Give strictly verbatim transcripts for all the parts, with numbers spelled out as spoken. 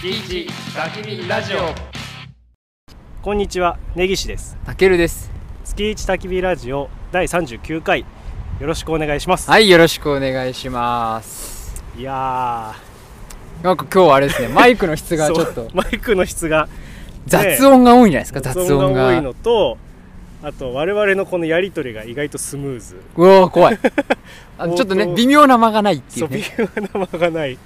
月一焚き火ラジオ。 こんにちは、根岸です。 たけるです。 月一焚き火ラジオだいさんじゅうきゅうかい、よろしくお願いします。 はい、よろしくお願いします。 いやー、なんか今日はあれですね、マイクの質がちょっとマイクの質が、ね、 雑音が多いんじゃないですか。雑音が雑音が多いのと、あと我々のこのやり取りが意外とスムーズ。 うわー、怖いあのちょっとね、微妙な間がないっていうね。 そう、微妙な間がない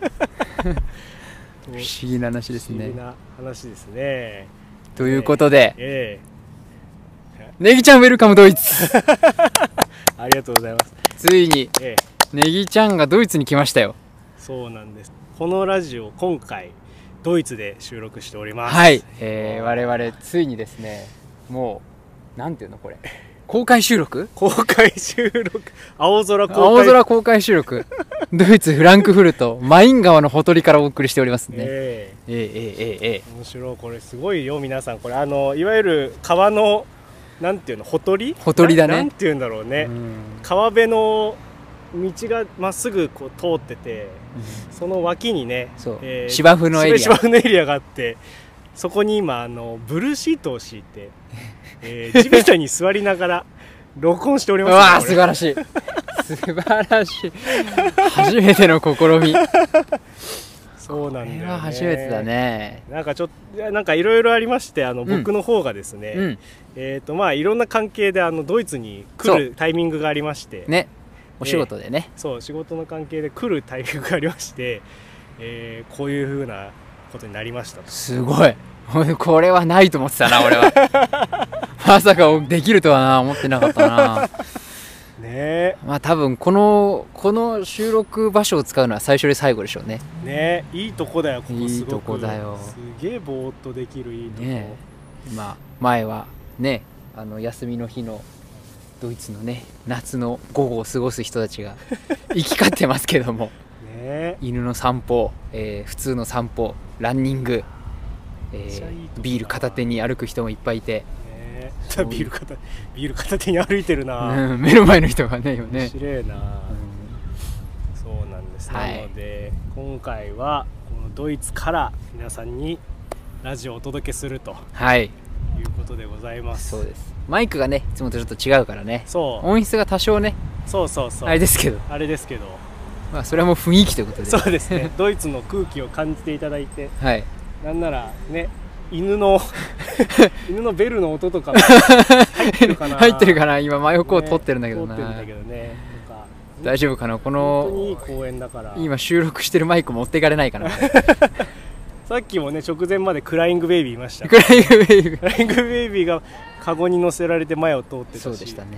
不思議な話ですね。 不思議な話ですね。 ということで、 ええー、ネギちゃんウェルカムドイツありがとうございます。 ついに、 えネギちゃんがドイツに来ましたよ。 そうなんです。このラジオ今回ドイツで収録しております。 はい、えー、我々ついにですね、もうなんていうのこれ、公開収録公開収録青空公開青空公開収録ドイツフランクフルトマイン川のほとりからお送りしておりますね。 えー、 えー、えー、えー、えー、 面白い。これすごいよ皆さん。これあのいわゆる川のなんていうの、ほとりほとりだね。 な、なんていうんだろうね、うん、川辺の道がまっすぐこう通ってて、うん、その脇にね、 えー、芝生のエリア芝生のエリアがあって、そこに今あのブルーシートを敷いて、えー、地べたに座りながら録音しております、ね。 うわー、素晴らしい素晴らしい初めての試みそうなんだよね。 これは初めてだね。 なんかちょっとなんかいろいろありまして、あの、うん、僕の方がですね、うん、えっとまあいろんな関係であのドイツに来るタイミングがありましてね、お仕事でね、 えー、そう仕事の関係で来るタイミングがありまして、えー、こういう風なことになりましたと。 すごいこれはないと思ってたな俺はまさかできるとはな思ってなかったなね。 まあ多分このこの収録場所を使うのは最初で最後でしょうね。 ね、いいとこだよ、ここすごく。 いいとこだよ。 すげえぼーっとできるいいとこ、ね。 まあ前はね、あの休みの日のドイツのね夏の午後を過ごす人たちが行き交ってますけどもね、犬の散歩、えー、普通の散歩、ランニング、えー、ビール片手に歩く人もいっぱいいて、 ね、ビール片ビール片手に歩いてるな、 うん、目の前の人がね今ね、 面白いな、うん、そうなんです、はい、なので今回はこのドイツから皆さんにラジオをお届けすると、はい、いうことでございます。 そうです。マイクがねいつもとちょっと違うからね、そう音質が多少ね、 そうそうそう、 あれですけどあれですけどまあそれはもう雰囲気ということで、 そうですねドイツの空気を感じていただいて、 はい、 なんならね、犬の犬のベルの音とかも入ってるかな入ってるかな。今真横を通ってるんだけどな、 ね、通ってるんだけどね、なんか大丈夫かな。この本当にいい公園だから今収録してるマイク持っていかれないかなさっきもね直前までクライングベイビーいました。 クライングベイビークライングベイビーがカゴに乗せられて前を通ってたし、 そうでしたね。ね、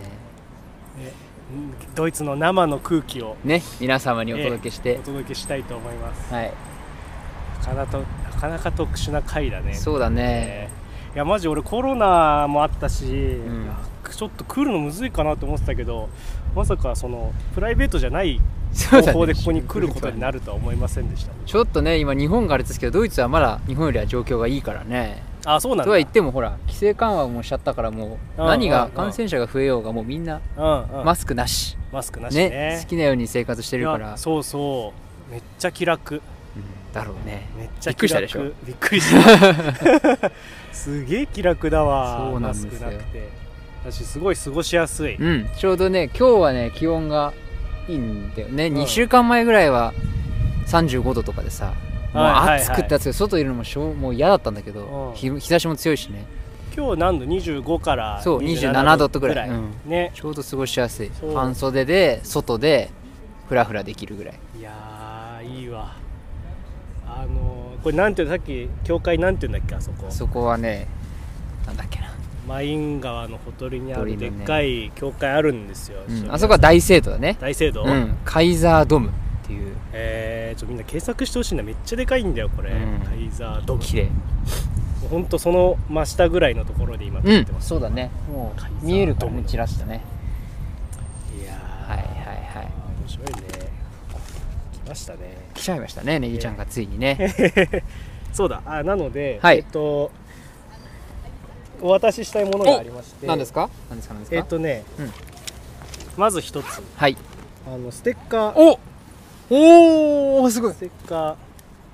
ドイツの生の空気をね皆様にお届けして、 えー、お届けしたいと思います。 はい、 なかなかなかなか特殊な回だね。 そうだね、 えー、いやマジ俺コロナもあったし、うん、ちょっと来るのむずいかなと思ってたけど、まさかそのプライベートじゃない方法でここに来ることになるとは思いませんでした。 ちょっとね今日本があれですけど、ドイツはまだ日本よりは状況がいいからね。 あ、そうなんだ。 とは言ってもほら規制緩和もしちゃったから、もう何が感染者が増えようがもうみんなマスクなし、 マスクなしね、 ね、好きなように生活してるから。 そうそう、めっちゃ気楽、うん、 だろうね。 めっちゃびっくりしたでしょ。 びっくりしたすげえ気楽だわ。 そうなんですよ。 マスクなくて私すごい過ごしやすい、 うん、ちょうどね今日はね気温がいいんだよね、うん、にしゅうかんまえぐらいはさんじゅうごどとかでさ、もう暑くってやつで外いるのもしょもう嫌だったんだけど、うん、日, 日差しも強いしね。 今日何度、にじゅうごからそうにじゅうななどぐらい、うん、 ね、 ちょうど過ごしやすい。半袖で外でフラフラできるぐらい。 いやーいいわ。あのー、これなんていうの、さっき教会なんていうんだっけ、あそこ。 そこはねなんだっけな、 マイン川のほとりにあるでっかい教会あるんですよ、 うん、あそこは大聖堂だね。 大聖堂、 うん、カイザードムっていう、 えー、ちょみんな検索してほしいんだ。めっちゃでかいんだよこれ、うん、カイザードム。 綺麗。 ほんとその真下ぐらいのところで今撮ってます、 うん、そうだね。もう見えるかもちらしたね。 いやー、 はいはいはい、 面白いね。来ましたね。 来ちゃいましたね、ネギちゃんがついにねそうだ。あ、なので、 はい、 えっとお渡ししたいものがありまして。 何ですか？何ですか？何ですか？ えっとね、うん、まず一つ、 はい、 あのステッカー。 おおー、すごい。 ステッカー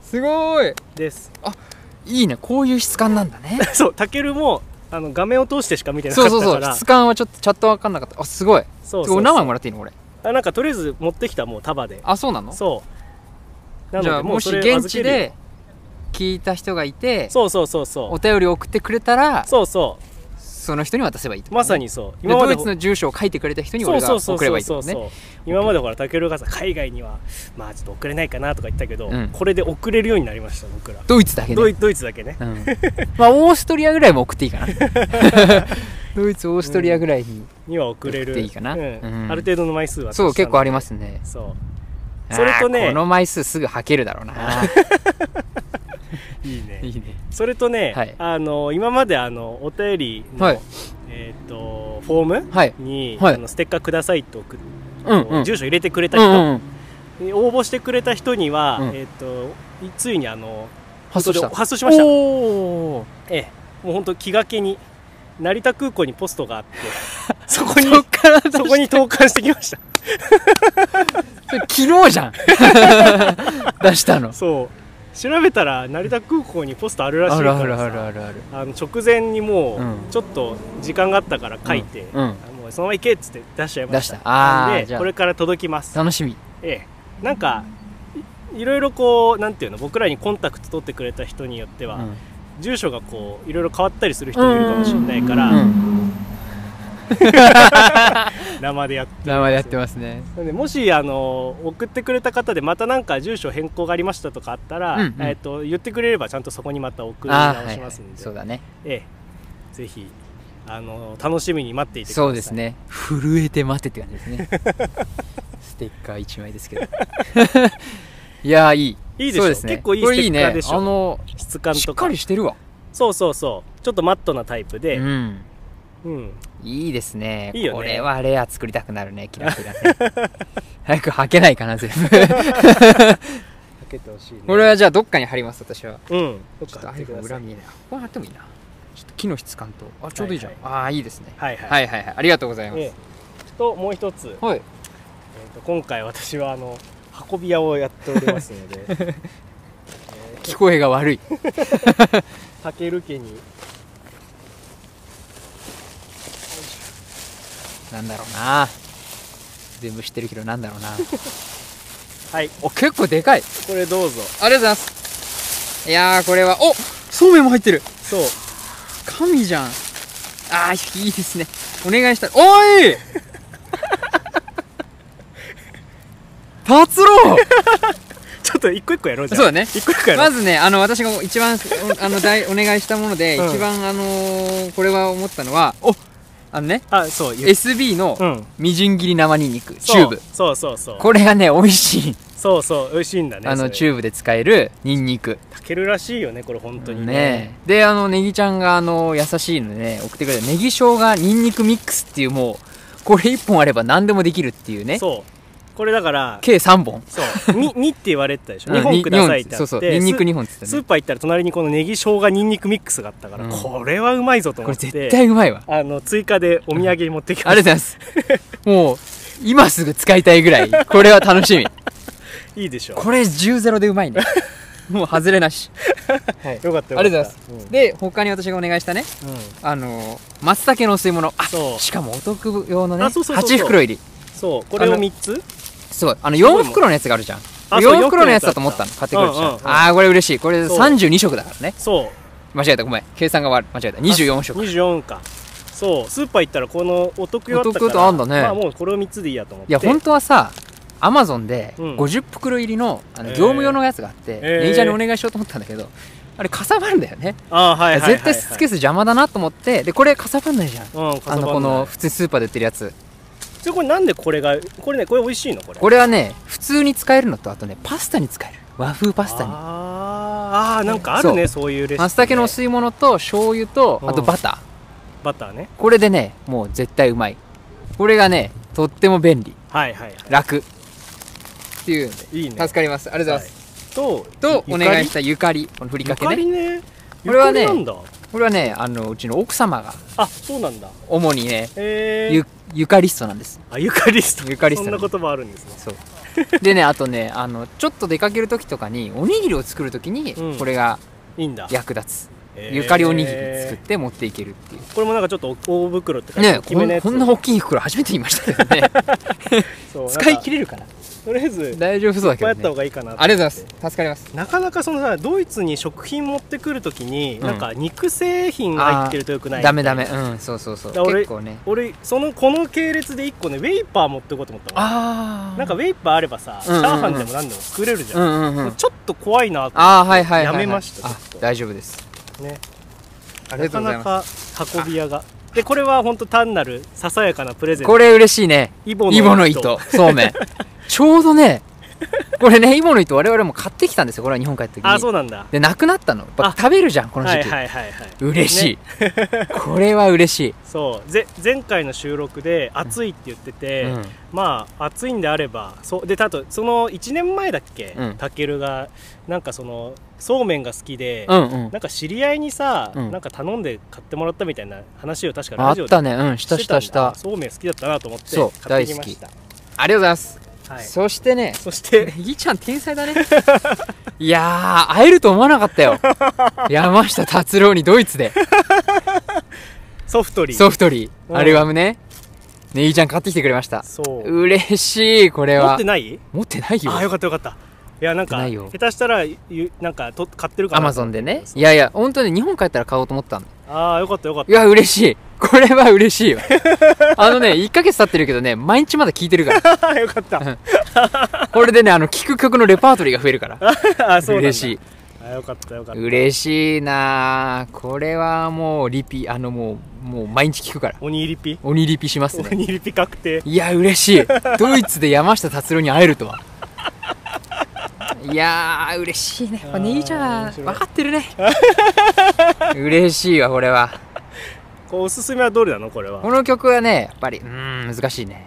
すごいです。 あ、いいね、こういう質感なんだね。 そうたけるもあの画面を通してしか見てなかったから、 そうそうそう、質感はちょっとチャット分かんなかった。あ、すごい。 そうそうそう、 何枚もらっていいのこれ。 あ、なんかとりあえず持ってきた、もう束で。 あ、そうなの。 そうなので、 じゃあもし現地で聞いた人がいて、 そうそうそうそう、 お便りを送ってくれたら、 そうそうその人に渡せばいいと、ね、 まさにそう。 今までドイツの住所を書いてくれた人に俺が送ればいいとね。 今までほらたけるがさ、海外にはまあちょっと送れないかなとか言ったけど、うん、これで送れるようになりました僕ら。 ドイツだけね。 ドイ、ドイツだけね、うん、 まあオーストリアぐらいも送っていいかな。ドイツオーストリアぐらいに、 うん、には送れる、 いいかな、うん、 ある程度の枚数は。 そう結構ありますね。 そうそれとね、 この枚数すぐ履けるだろうな。 いいね、 いいね。 それとね、はい、あの今まであのお便りの、はい、えー、とフォームに、はい、あのステッカーくださいと送っ、うんうん、住所入れてくれた人、うんうん、応募してくれた人には、うん、えー、とついにあの発送した発送しました。お、ええ、もう本当気がけに成田空港にポストがあってそこにそ, そこに投函してきました。 昨日じゃん出したの。 そう調べたら成田空港にポストあるらしいからさ、あるあるあるある、あの直前にもうちょっと時間があったから書いて、うんうん、もうそのまま行けっつって出しちゃいました。 出した。あなんでこれから届きます。 楽しみ。 ええ、なんか い, いろいろこうなんていうの、僕らにコンタクト取ってくれた人によっては、うん、住所がこういろいろ変わったりする人もいるかもしれないから、うんうん、生でやって生でやってますね。 なのでもしあの送ってくれた方でまたなんか住所変更がありましたとかあったら、うんうん、えー、と言ってくれればちゃんとそこにまた送り直しますんで、はいはい、 そうだね、 ええ、ぜひあの楽しみに待っていてください。 そうですね、震えて待ってって感じですね。ステッカーいちまいですけどいやーいいいいでしょ、ね、結構いいステッカーでしょ。 いいね、あの質感とかしっかりしてるわ。 そうそうそう、ちょっとマットなタイプで、うんうん、いいですね。 いいよね。 これはレア作りたくなるね。キラキラね。早く履けないかな全部。履けてほしいね。 これはじゃあどっかに貼ります。私は。 うん。 どっか貼ってください。裏見えない。ここ貼ってもいいな。ちょっと木の質感と、あ、ちょうどいいじゃん。はいはい、ああいいですね。 はいはいはいはいはい。ありがとうございます。えー、ともう一つ。 はい。 えっ、ー、と今回私はあの運び屋をやっておりますので、えー、聞こえが悪い。 たける家に。 なんだろうな、全部知ってるけどなんだろうな。 はい、 お結構でかい。 これどうぞ。 ありがとうございます。いやーこれはおそうめんも入ってる。 そう神じゃん。あーいいですね、お願いしたら。おい達郎ちょっと一個一個やろうじゃん。 そうだね、 一個一個やろう。 まずね、あの私が一番あの大お願いしたもので、うん、一番あのー、これは思ったのは、おあのね、 あ、そうエスビー のみじん切り生ニンニク、うん、チューブ。 そうそうそう、 これがね美味しい。 そうそう美味しいんだね。 あのチューブで使えるニンニク、 たけるらしいよねこれ本当に ね, ねで、あのネギちゃんがあの優しいのでね送ってくれたネギ生姜ニンニクミックスっていう、もうこれいっぽんあれば何でもできるっていうね。 そうこれだから計さんぼん。 そうに, にって言われてたでしょ、うん、にほんくださいってあって、 そうそうニンニクにほんって言ってた、ね、 スーパー行ったら隣にこのネギ生姜ニンニクミックスがあったから、うん、これはうまいぞと思って、 これ絶対うまいわ。 あの追加でお土産に持ってきました、 うん、ありがとうございますもう今すぐ使いたいぐらいこれは楽しみいいでしょ、 これじゅうゼロでうまいねもう外れなし、 はい、よかったよかった。 ありがとうございます、うん、で他に私がお願いしたね、うん、あの松茸のお吸い物、あそうしかもお得用のねはちふくろ入り、 そうこれをみっつ、 すごい、あのよんふくろのやつがあるじゃん。よんふくろのやつだと思ったの、買ってくれてた、うんうんうん、ああこれ嬉しい。これさんじゅうにしょくだからね。 そう間違えた、ごめん計算が間違えた、にじゅうよんしょく。 にじゅうよんか。そうスーパー行ったらこのお得用あったから、お得とあんだね。まあもうこれをみっつでいいやと思って。 いや本当はさアマゾンでごじゅっぷくろ入り の, あの業務用のやつがあって、えー、ネギちゃんにお願いしようと思ったんだけど、あれかさばるんだよね。 あ、はいはいはいはい、 絶対スーツケース邪魔だなと思って、でこれかさばんないじゃん、うん、あのこの普通スーパーで売ってるやつ。 それこれなんでこれがこれねこれ美味しいのこれ。 これはね普通に使えるのと、あとねパスタに使える、和風パスタに。 ああなんかあるね、そういうレシピ、ね、 松茸のお吸い物と醤油とあとバター、 うん、バターね。 これでねもう絶対うまい。これがねとっても便利、 はいはいはい、 楽っていうのでいい、ね、助かります。ありがとうございます、はい、ととお願いしたゆかり、このふりかけね。ゆかりね、これはねこれはねあのうちの奥様が、 あ、そうなんだ、 主にね、ゆゆかリストなんです。 あ、ゆかリスト、 ゆかリスト、 そんな言葉あるんですね。 そうでね、あとね、あのちょっと出かける時とかにおにぎりを作る時にこれが役立つ、うん、ゆかりおにぎり作って持っていけるっていう、 これもなんかちょっと大袋って感じ、 ね、こん, こんな大きい袋初めて見ましたけどね使い切れるかな。 とりあえず大丈夫そうだけど、ね、 いっぱいやった方がいいかな。 ありがとうございます、助かります。 なかなかそのさ、ドイツに食品持ってくるときに、うん、なんか肉製品が入ってるとよくない。 ダメダメ、うん、そうそうそう。結構ね、 俺そのこの系列でいっこね、ウェイパー持っていこうと思ったの。ああ、なんかウェイパーあればさ、チャーハンでも何でも作れるじゃん。うんうんうん、ちょっと怖いなと思ってやめました。 大丈夫ですね。なかなか運び屋が。でこれは本当単なるささやかなプレゼント。 これ嬉しいね。イボの糸、そうめん。ちょうどね、これね、イボの糸我々も買ってきたんですよ。これは日本帰った時に。あ、そうなんだ。でなくなったの。やっぱ食べるじゃんこの時期。はいはいはいはい。嬉しい。ね、これは嬉しい。 そう。ぜ前回の収録で暑いって言ってて、うん、まあ暑いんであれば、そうで、あとそのいちねんまえだっけ、たけるがなんかそのそうめんが好きで、うんうん、なんか知り合いにさ、うん、なんか頼んで買ってもらったみたいな話を確かラジオであったね。うん、したしたした。 そうめん好きだったなと思って買ってきました。 ありがとうございます。はい、そしてね、 そしてネギちゃん天才だねいやー、会えると思わなかったよ山下達郎にドイツでソフトリーソフトリーアルバムね、ネギちゃん買ってきてくれました。そう、嬉しい。これは持ってない？ 持ってないよ。 あ、よかったよかった。いや、なんか下手したらなんかと買ってるかな。 アマゾンでね。いやいや、本当に日本帰ったら買おうと思ったんだ。 ああ、よかったよかった。 いや、嬉しい。これは嬉しいよあのね、いっかげつ経ってるけどね、毎日まだ聴いてるからよかったこれでね、あの聴く曲のレパートリーが増えるからあ、そうなんだ。 嬉しい。 あ、よかったよかった。 嬉しいな。これはもうリピ、あのもうもう毎日聴くから。 鬼リピ鬼リピしますね。 鬼リピ確定。 いや、嬉しい。ドイツで山下達郎に会えるとは。いやー、嬉しいね。やっぱネギちゃん分かってるね嬉しいわ、これは。 おすすめはどれなの？これは。 この曲はね、やっぱりうーん難しいね。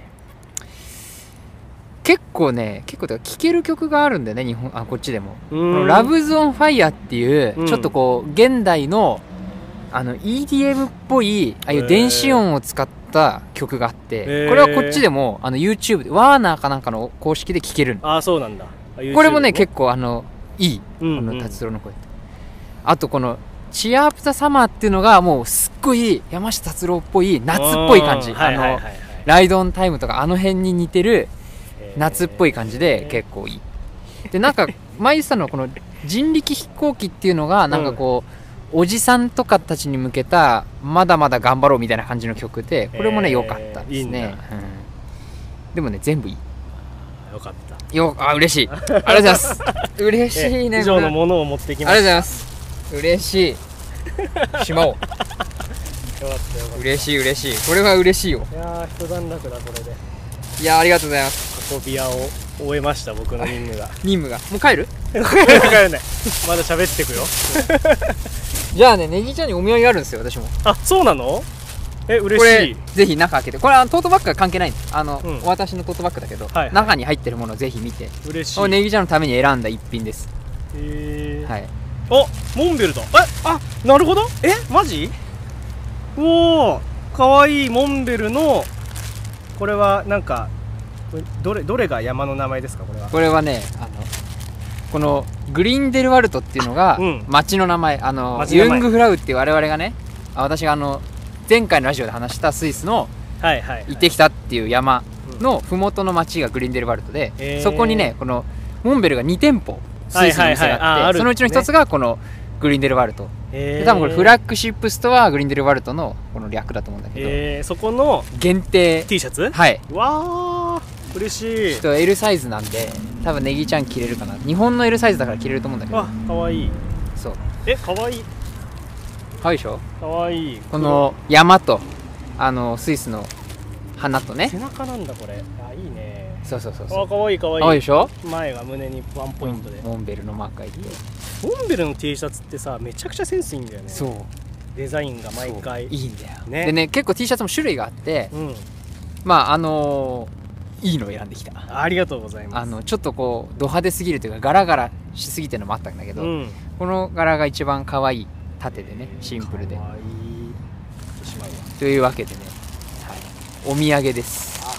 結構ね、結構聴ける曲があるんだよね、日本、あ、こっちでも。このラブズオンファイヤーっていう、うん、ちょっとこう現代のあの イーディーエム っぽいああいう電子音を使った曲があって、これはこっちでもあの YouTube でワーナーかなんかの公式で聴けるの。 あ、そうなんだ。 これもね、結構あのいい、この達郎の声。あとこのチアープ・ザ・サマーっていうのがもうすっごい山下達郎っぽい夏っぽい感じ。あのライドオンタイムとかあの辺に似てる夏っぽい感じで結構いい。でなんか前言ってたのこの人力飛行機っていうのがなんかこう、うん、おじさんとかたちに向けたまだまだ頑張ろうみたいな感じの曲で、これもね良かったですね。うん、でもね全部いい。 よかった。 よ、あ、嬉しい。ありがとうございます。嬉しいね。 以上のものを持ってきました。 ありがとうございます。嬉しい。しまおう。よかったよかった。 嬉しい嬉しい。これは嬉しいよ。 いやー、一段落だこれで。 いやー、ありがとうございます。 運び屋を終えました、僕の任務が。 任務が。もう帰る？ 帰る帰らない。まだ喋ってくよ。 じゃあね、ネギちゃんにお土産あるんですよ、私も。 あ、そうなの？え、嬉しい。 ぜひ中開けて、これはトートバッグは関係ないんです。あの、うん、お渡しのトートバッグだけど、はいはい、中に入ってるものをぜひ見て。 嬉しい。 ネギちゃんのために選んだ一品です。 へえ。 はい。 お、モンベルだ。え、あ、なるほど。え、マジ？おお、かわいいモンベルの。これはなんかどれどれが山の名前ですか？これは。 これはね、あのこのグリンデルワルトっていうのが町の名前。あのユングフラウっていう我々がね、私があの前回のラジオで話したスイスの行ってきたっていう山の麓の町がグリンデルワルトで、うん、そこにねこのモンベルがに店舗スイスの店があって、そのうちの一つがこのグリンデルワルトで、多分これフラッグシップストアグリンデルワルトのこの略だと思うんだけど、 えー、そこの限定 T シャツ。 はい。 わー、嬉しい。 ちょっと エル サイズなんで多分ネギちゃん着れるかな。日本の エル サイズだから着れると思うんだけど。 わ、かわいい。 そう。 え、かわいい。 かわいいでしょ。 かわいい。 この山とあのスイスの花とね。 背中なんだこれ。あ、いいね。 そうそうそうそう。 あ、かわいいかわいい。 かわいいでしょ。 前が胸にワンポイントで、 うん、モンベルのマークがいて。 モンベルの T シャツってさ、めちゃくちゃセンスいいんだよね。 そう。 デザインが毎回いいんだよ。ね。でね、結構 T シャツも種類があって、うん、まああのー、いいのを選んできた。 ありがとうございます。 あのちょっとこうド派手すぎるというかガラガラしすぎてるのもあったんだけど、うん、この柄が一番可愛い縦でね、シンプルで。可愛い。というわけでね、はい、お土産です。 あ、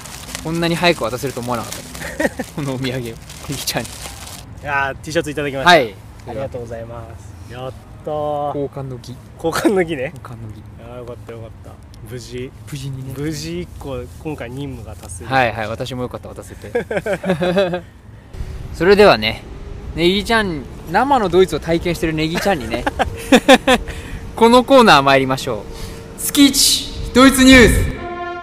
こんなに早く渡せると思わなかったこのお土産をネギちゃんに。 いやー T シャツいただきました。 はい、 ありがとうございます。やったー。 交換の儀交換の儀ね。 交換の儀。 あーよかったよかった。無事無事にね無事いっこ今回任務が達成。 はいはい、私もよかった渡せてそれではね、ネギちゃん、生のドイツを体験してるネギちゃんにねこのコーナー参りましょう。月一ドイツニュース。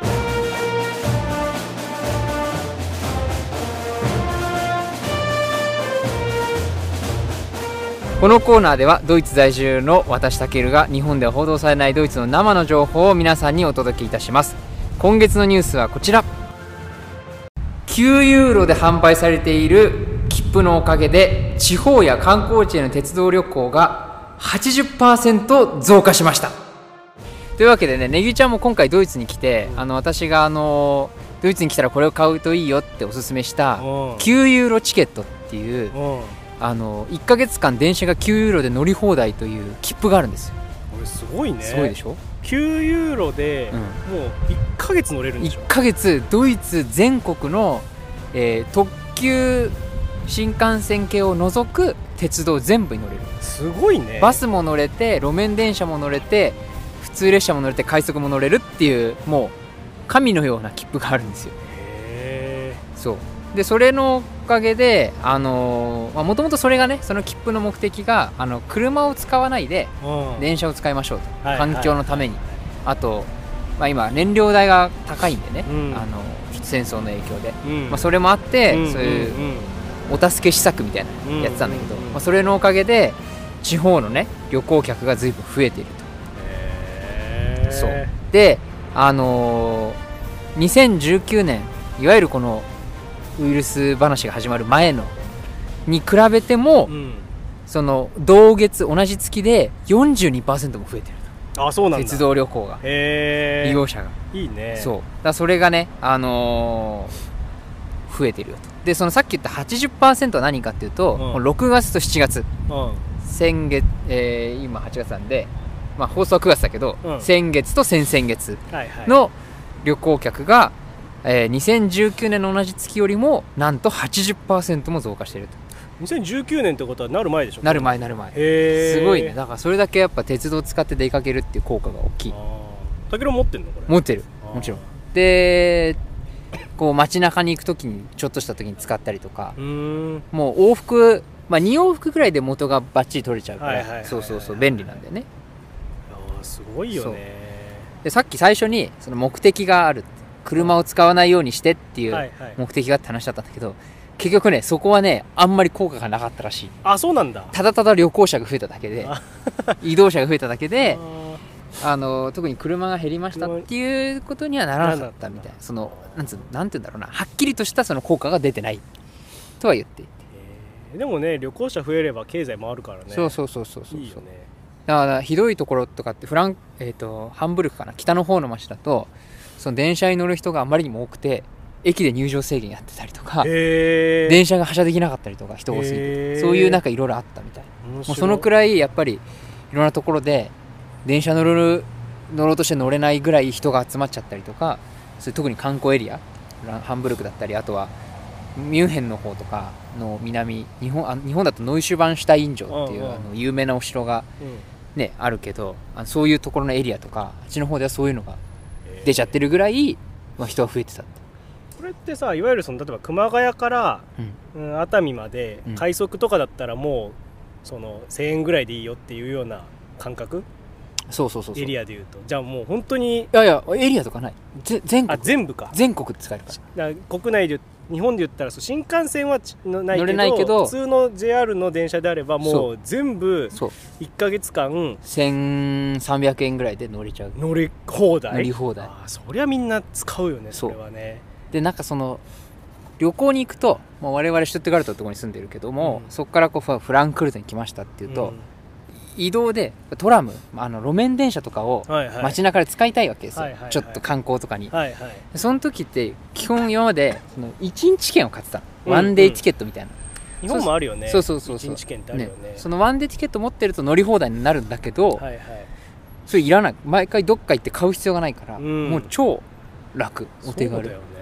このコーナーではドイツ在住の私タケルが日本では報道されないドイツの生の情報を皆さんにお届けいたします。今月のニュースはこちら。きゅうユーロで販売されている切符のおかげで地方や観光地への鉄道旅行が はちじゅっパーセント 増加しました。というわけでね、ネギちゃんも今回ドイツに来て、あの私があのドイツに来たらこれを買うといいよっておすすめしたきゅうユーロチケットっていう、あのいっかげつかん電車がきゅうユーロで乗り放題という切符があるんですよ。 これすごいね。 すごいでしょ。 きゅうユーロでもういっかげつ乗れるんでしょ。 いっかげつドイツ全国の、えー、特急新幹線系を除く鉄道全部に乗れる。 すごいね。 バスも乗れて、路面電車も乗れて、普通列車も乗れて、快速も乗れるっていう、もう神のような切符があるんですよ。 へー。そうでそれのおかげで、あのー、もともとそれがね、その切符の目的が、あの車を使わないで電車を使いましょうと、うん、環境のために、あと、まあ、今燃料代が高いんでね、うん、あの戦争の影響で、うん、まあ、それもあって、うん、そういうお助け施策みたいなやってたんだけど、まあ、それのおかげで地方のね旅行客が随分増えていると。 へー。 そうで、あのー、にせんじゅうきゅうねん、いわゆるこのウイルス話が始まる前のに比べても、うん、その同月同じ月で よんじゅうにパーセント も増えてると。 あ、そうなんだ。 鉄道旅行が、 へー、 利用者がいいね。 そうだからそれがね、あのー、増えてるよと。でそのさっき言った はちじゅっパーセント は何かっていうと、うん、もうろくがつとしちがつ、うん、先月、えー、今はちがつなんで、まあ、放送はくがつだけど、うん、先月と先々月の旅行客が、えー、にせんじゅうきゅうねんの同じ月よりもなんと はちじゅっパーセント も増加していると。 にせんじゅうきゅうねんってことはなる前でしょ。 なる前なる前。 へー、 すごいね。だからそれだけやっぱ鉄道を使って出かけるっていう効果が大きい。 たける持ってんのこれ。 持ってる、もちろん。でこう街中に行くときにちょっとしたときに使ったりとか、うーん、もう往復、まあ、に往復くらいで元がバッチリ取れちゃうから、そうそうそう、便利なんだよね。 あ、すごいよね。 でさっき最初にその目的がある、車を使わないようにしてっていう目的がって話だったんだけど、結局ねそこはねあんまり効果がなかったらしい。 あ、そうなんだ。 ただただ旅行者が増えただけで移動者が増えただけであの特に車が減りましたっていうことにはならなかったみたいな。そのなんつうなんて言うんだろうな、はっきりとしたその効果が出てないとは言っていて、 えー、でもね旅行者増えれば経済回るからね。 そうそうそうそうそう、 いいよね。 だからひどいところとかってフラン、えーと、ハンブルクかな、北の方の町だとその電車に乗る人があまりにも多くて駅で入場制限やってたりとか、 えー、 電車が発車できなかったりとか、人多すぎて、えー、そういうなんかいろいろあったみたい。もうそのくらいやっぱりいろんなところで電車乗る乗ろうとして乗れないぐらい人が集まっちゃったりとか、それ特に観光エリア、ハンブルクだったり、あとはミュンヘンの方とかの南、日本、あ日本だとノイシュバンシュタイン城っていう、うんうん、あの有名なお城が、ね、うん、あるけど、あそういうところのエリアとかあっちの方ではそういうのが出ちゃってるぐらい、まあ、人が増えてたって。 これってさ、いわゆるその例えば熊谷から、うんうん、熱海まで快速とかだったらもうそのせんえんぐらいでいいよっていうような感覚。 そうそうそうそう、 エリアでいうと、じゃあもう本当に、いやいやエリアとかない、ぜ全国、 あ全部か、 全国って使えるから。 だから国内で日本で言ったらそう新幹線はないけど、 乗れないけど普通の ジェイアール の電車であればもう全部いっかげつかんせんさんびゃくえんぐらいで乗れちゃう。 乗り放題。 乗り放題。 あ、そりゃみんな使うよね。それはね。 でなんかその旅行に行くと、まあ、我々シュトゥットガルトのところに住んでるけども、うん、そこからこうフランクフルトに来ましたっていうと、うん、移動でトラム、あの路面電車とかを街中で使いたいわけですよ、はいはい、ちょっと観光とかに、はいはい、その時って基本今までそのいちにち券を買ってたの、うん、ワンデーチケットみたいな。 日本もあるよね。 そうそうそうそう、いちにち券ってあるよね。ね、そのワンデーチケット持ってると乗り放題になるんだけど、はいはい、それいらない、毎回どっか行って買う必要がないから、うん、もう超楽、お手軽。そうだよね。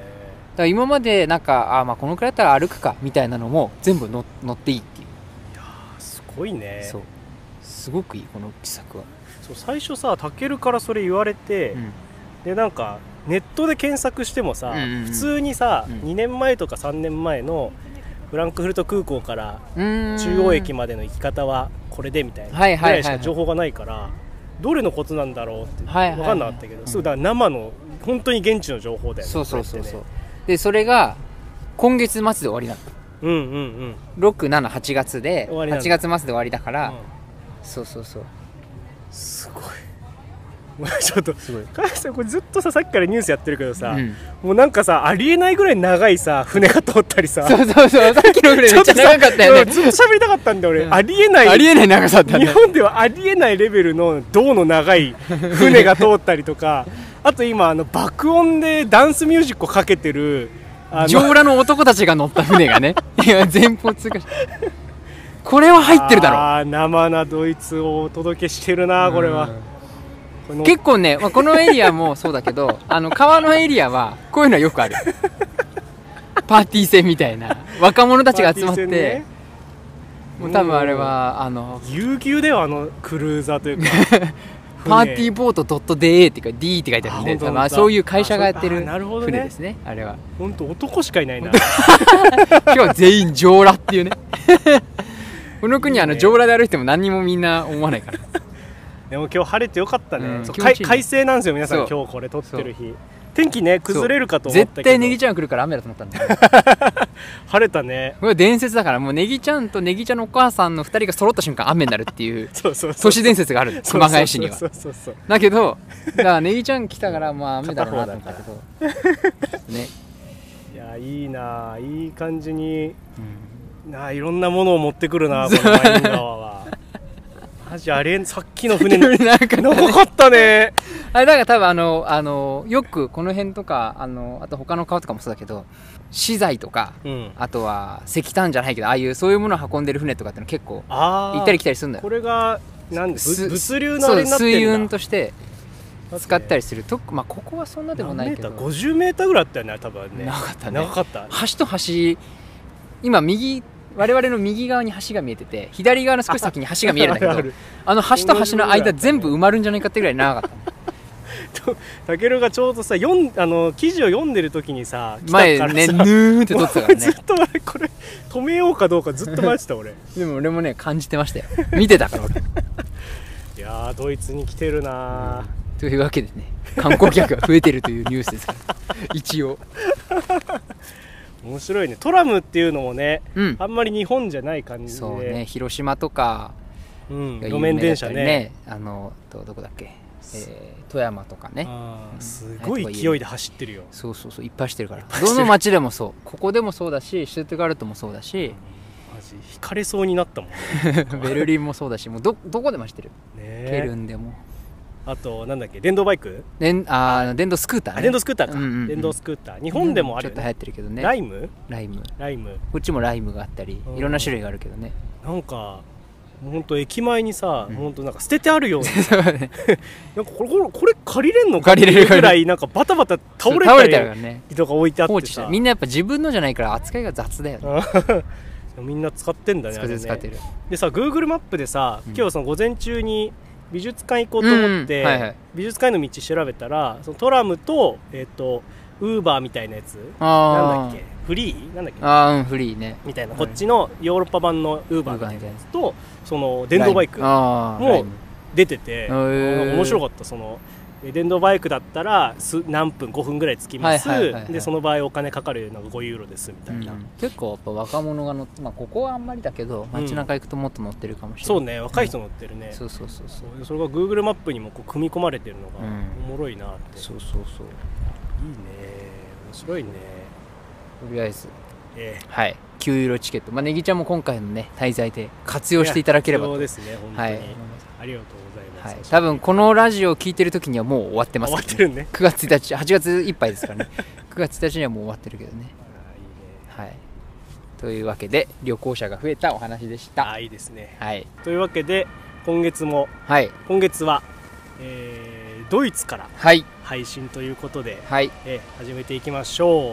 から今までなんかあまあこのくらいだったら歩くかみたいなのも全部乗っていいっていう。 いやすごいね。 そうすごくいいこの施策は。 そう最初さたけるからそれ言われて、うん、でなんかネットで検索してもさ、うんうんうん、普通にさ、うん、にねんまえとかさんねんまえのフランクフルト空港から中央駅までの行き方はこれでみたいなぐらいしか情報がないから、どれのことなんだろうって分かんなかったけど、そうだから生の本当に現地の情報だよね。 そうそうそうそう。でそれが今月末で終わりなの。 うんうんうん。 ろく、しち、はちがつではちがつ末で終わりだから、うん、そうそうそう。 すごい。ちょっとすごいこれずっとささっきからニュースやってるけどさ、うん、もうなんかさありえないぐらい長いさ船が通ったりさ、 そうそうそうさっきの船めっちゃ長かったよね。 ずっと喋りたかったんだ俺、うん、ありえないありえない長さだったね。 日本ではありえないレベルの銅の長い船が通ったりとかあと今あの爆音でダンスミュージックをかけてる上裸の男たちが乗った船がねいや前方通過しこれは入ってるだろう。 あ生なドイツをお届けしてるなこれは。 結構ね、まあ、このエリアもそうだけどあの川のエリアはこういうのはよくあるパーティー船みたいな若者たちが集まって、ね、もう多分あれはあのぎゅうぎゅうではあのクルーザーというかパーティーボート .de っていうか D って書いてあるんで、多分そういう会社がやってる船ですね。あれは本当男しかいないな今日は全員上裸っていうねこの国はあの上裸で歩いても何にもみんな思わないからでも今日晴れてよかったね、うん、そう快晴なんですよ皆さん。今日これ撮ってる日天気ね崩れるかと思ったけど絶対ネギちゃんが来るから雨だと思ったんだよ晴れたね。 これ伝説だからもうネギちゃんとネギちゃんのお母さんのふたりが揃った瞬間雨になるっていう都市伝説がある熊谷市には。だけどだからネギちゃん来たからまあ雨だろうなと思ったけどね。 いやいいないい感じに、うん、ないろんなものを持ってくるなこのマイン川はマジあれさっきの船なんか長かったねあれだから多分あのあのよくこの辺とかあのあと他の川とかもそうだけど資材とか、うん、あとは石炭じゃないけどああいうそういうものを運んでる船とかっての結構行ったり来たりするんだよ。 これがなんで物流のあれになってんだ。 水運として使ったりすると、まあ、ここはそんなでもないけどごじゅうメーターぐらいあったよね多分ね。 長かったね。 長かった。 橋と橋今右我々の右側に橋が見えてて左側の少し先に橋が見えるんだけどあの橋と橋の間全部埋まるんじゃないかってぐらい長かったたけるがちょうどさ読んあの記事を読んでる時にさ来たからさ前ねヌーって撮ってたからねずっとこれ止めようかどうかずっと待ってた俺でも俺もね感じてましたよ見てたから俺いやードイツに来てるな、 うん、というわけでね観光客が増えてるというニュースですから一応面白いね。トラムっていうのもね、うん、あんまり日本じゃない感じで。 そうね広島とか、 うん、路面電車ねあのどこだっけ、えー、富山とかね、 うん、すごい勢いで走ってるよ。 そうそうそういっぱい走ってるからどの街でもそうここでもそうだしシュトゥットガルトもそうだしマジ引かれそうになったもん、 ね、ベルリンもそうだしもう ど, どこでも走ってる、ね、ケルンでもあとなんだっけ電動バイク電あ電動スクーターね。 電動スクーターか、うんうんうん、電動スクーター日本でもあるよね、 ちょっと流行ってるけどね。 ライムライムライムこっちもライムがあったりいろんな種類があるけどね。 なんか本当駅前にさ、うん、本当なんか捨ててあるようななんかこれこれ借りれんのかっていうぐらいなんかバタバタ倒れたりとか置いてあってさみんなやっぱ自分のじゃないから扱いが雑だよねみんな使ってんだね。 使ってる使ってる。 でさ Google マップでさ、うん、今日その午前中に美術館行こうと思って、うんはいはい、美術館の道調べたらそのトラムとえっ、ー、とウーバーみたいなやつなんだっけフリーなんだっけあ、うん、フリーねみたいな、はい、こっちのヨーロッパ版のウーバーみたいなやつとその電動バイクも出てて面白かった。その電動バイクだったら何分ごふんぐらい着きます、はいはいはいはい、でその場合お金かかるのがごユーロですみたいな、うん、 結構やっぱ若者が乗って、まあ、ここはあんまりだけど街中行くともっと乗ってるかもしれない、 うん、そうね若い人乗ってるね、 うん、そうそうそうそうそれが Google マップにもこう組み込まれてるのがおもろいなって、 うん、そうそうそういいね面白いね。 とりあえず、 ええ、 はいきゅうユーロチケット、まあ、ネギちゃんも今回のね滞在で活用していただければと。 そうですね本当に、はい、ありがとうございます、 はい、多分このラジオを聞いてる時にはもう終わってますけど、ね、 終わってるねくがつついたちはちがついっぱいですからねくがつついたちにはもう終わってるけどねはい、というわけで旅行者が増えたお話でした。 あいいですね、 はい、 というわけで今月も、はい、今月は、えー、ドイツから配信ということで、はいえー、始めていきましょう。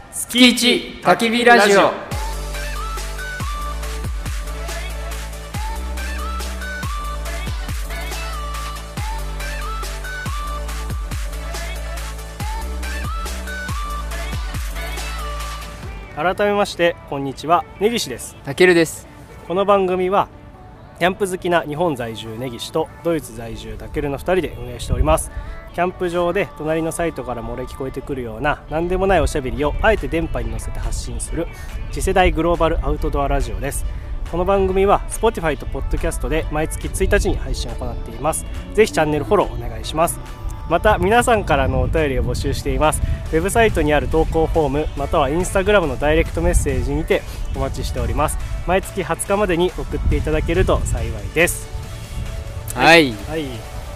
月一焚き火ラジオ。 改めましてこんにちは、根岸です。 たけるです。 この番組はキャンプ好きな日本在住根岸とドイツ在住たけるのふたりで運営しております。キャンプ場で隣のサイトから漏れ聞こえてくるような何でもないおしゃべりをあえて電波に乗せて発信する次世代グローバルアウトドアラジオです。この番組は Spotify と Podcast で毎月ついたちに配信を行っています。ぜひチャンネルフォローお願いします。また皆さんからのお便りを募集しています。ウェブサイトにある投稿フォームまたはインスタグラムのダイレクトメッセージにてお待ちしております。毎月はつかまでに送っていただけると幸いです。 はい、 はい、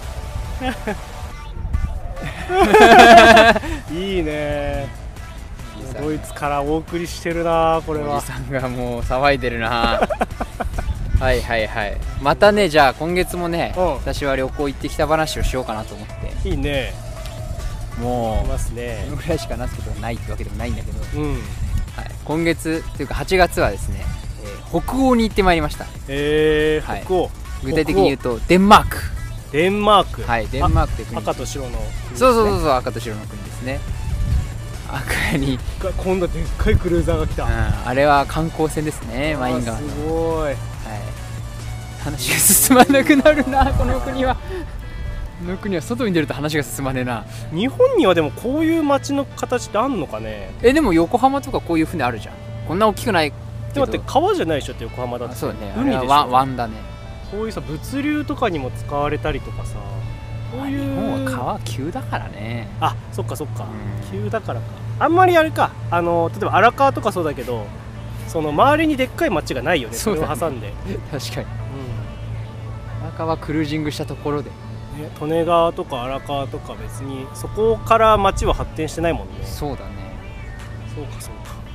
いいね。ドイツからお送りしてるな、これは。 おじさんがもう騒いでるなはいはいはい。またね、じゃあ今月もね、うん、私は旅行行ってきた話をしようかなと思って。 いいね。 もういますね。 このぐらいしか話すことがないってわけでもないんだけど、 うん、 はい、今月というかはちがつはですね、えー、北欧に行ってまいりました。 えー、はい、北欧。 具体的に言うとデンマーク。 デンマーク。 はい、デンマークって国。 赤と白の国ですね。 そうそうそうそう、赤と白の国ですね。赤に今度でっかいクルーザーが来た、うん、 あれは観光船ですね、マイン川の。 すごい、はい、 話が進まなくなるなこの国は。この国は外に出ると話が進まねえな。 日本にはでもこういう街の形ってあんのかね。 えでも横浜とかこういう船あるじゃん。こんな大きくないけど。 でもって川じゃないでしょって横浜だって。 そうね、 海でしょ。 ワン、湾だね。 こういうさ物流とかにも使われたりとかさ、こういう。 日本は川急だからね。 あ、そっかそっか、うん、急だからか。あんまりあれか、あの例えば荒川とかそうだけど、その周りにでっかい町がないよね。それを挟んで。 確かに、うん、荒川クルージングしたところで、 ね、利根川とか荒川とか別にそこから町は発展してないもんね。 そうだね。 そうかそうか。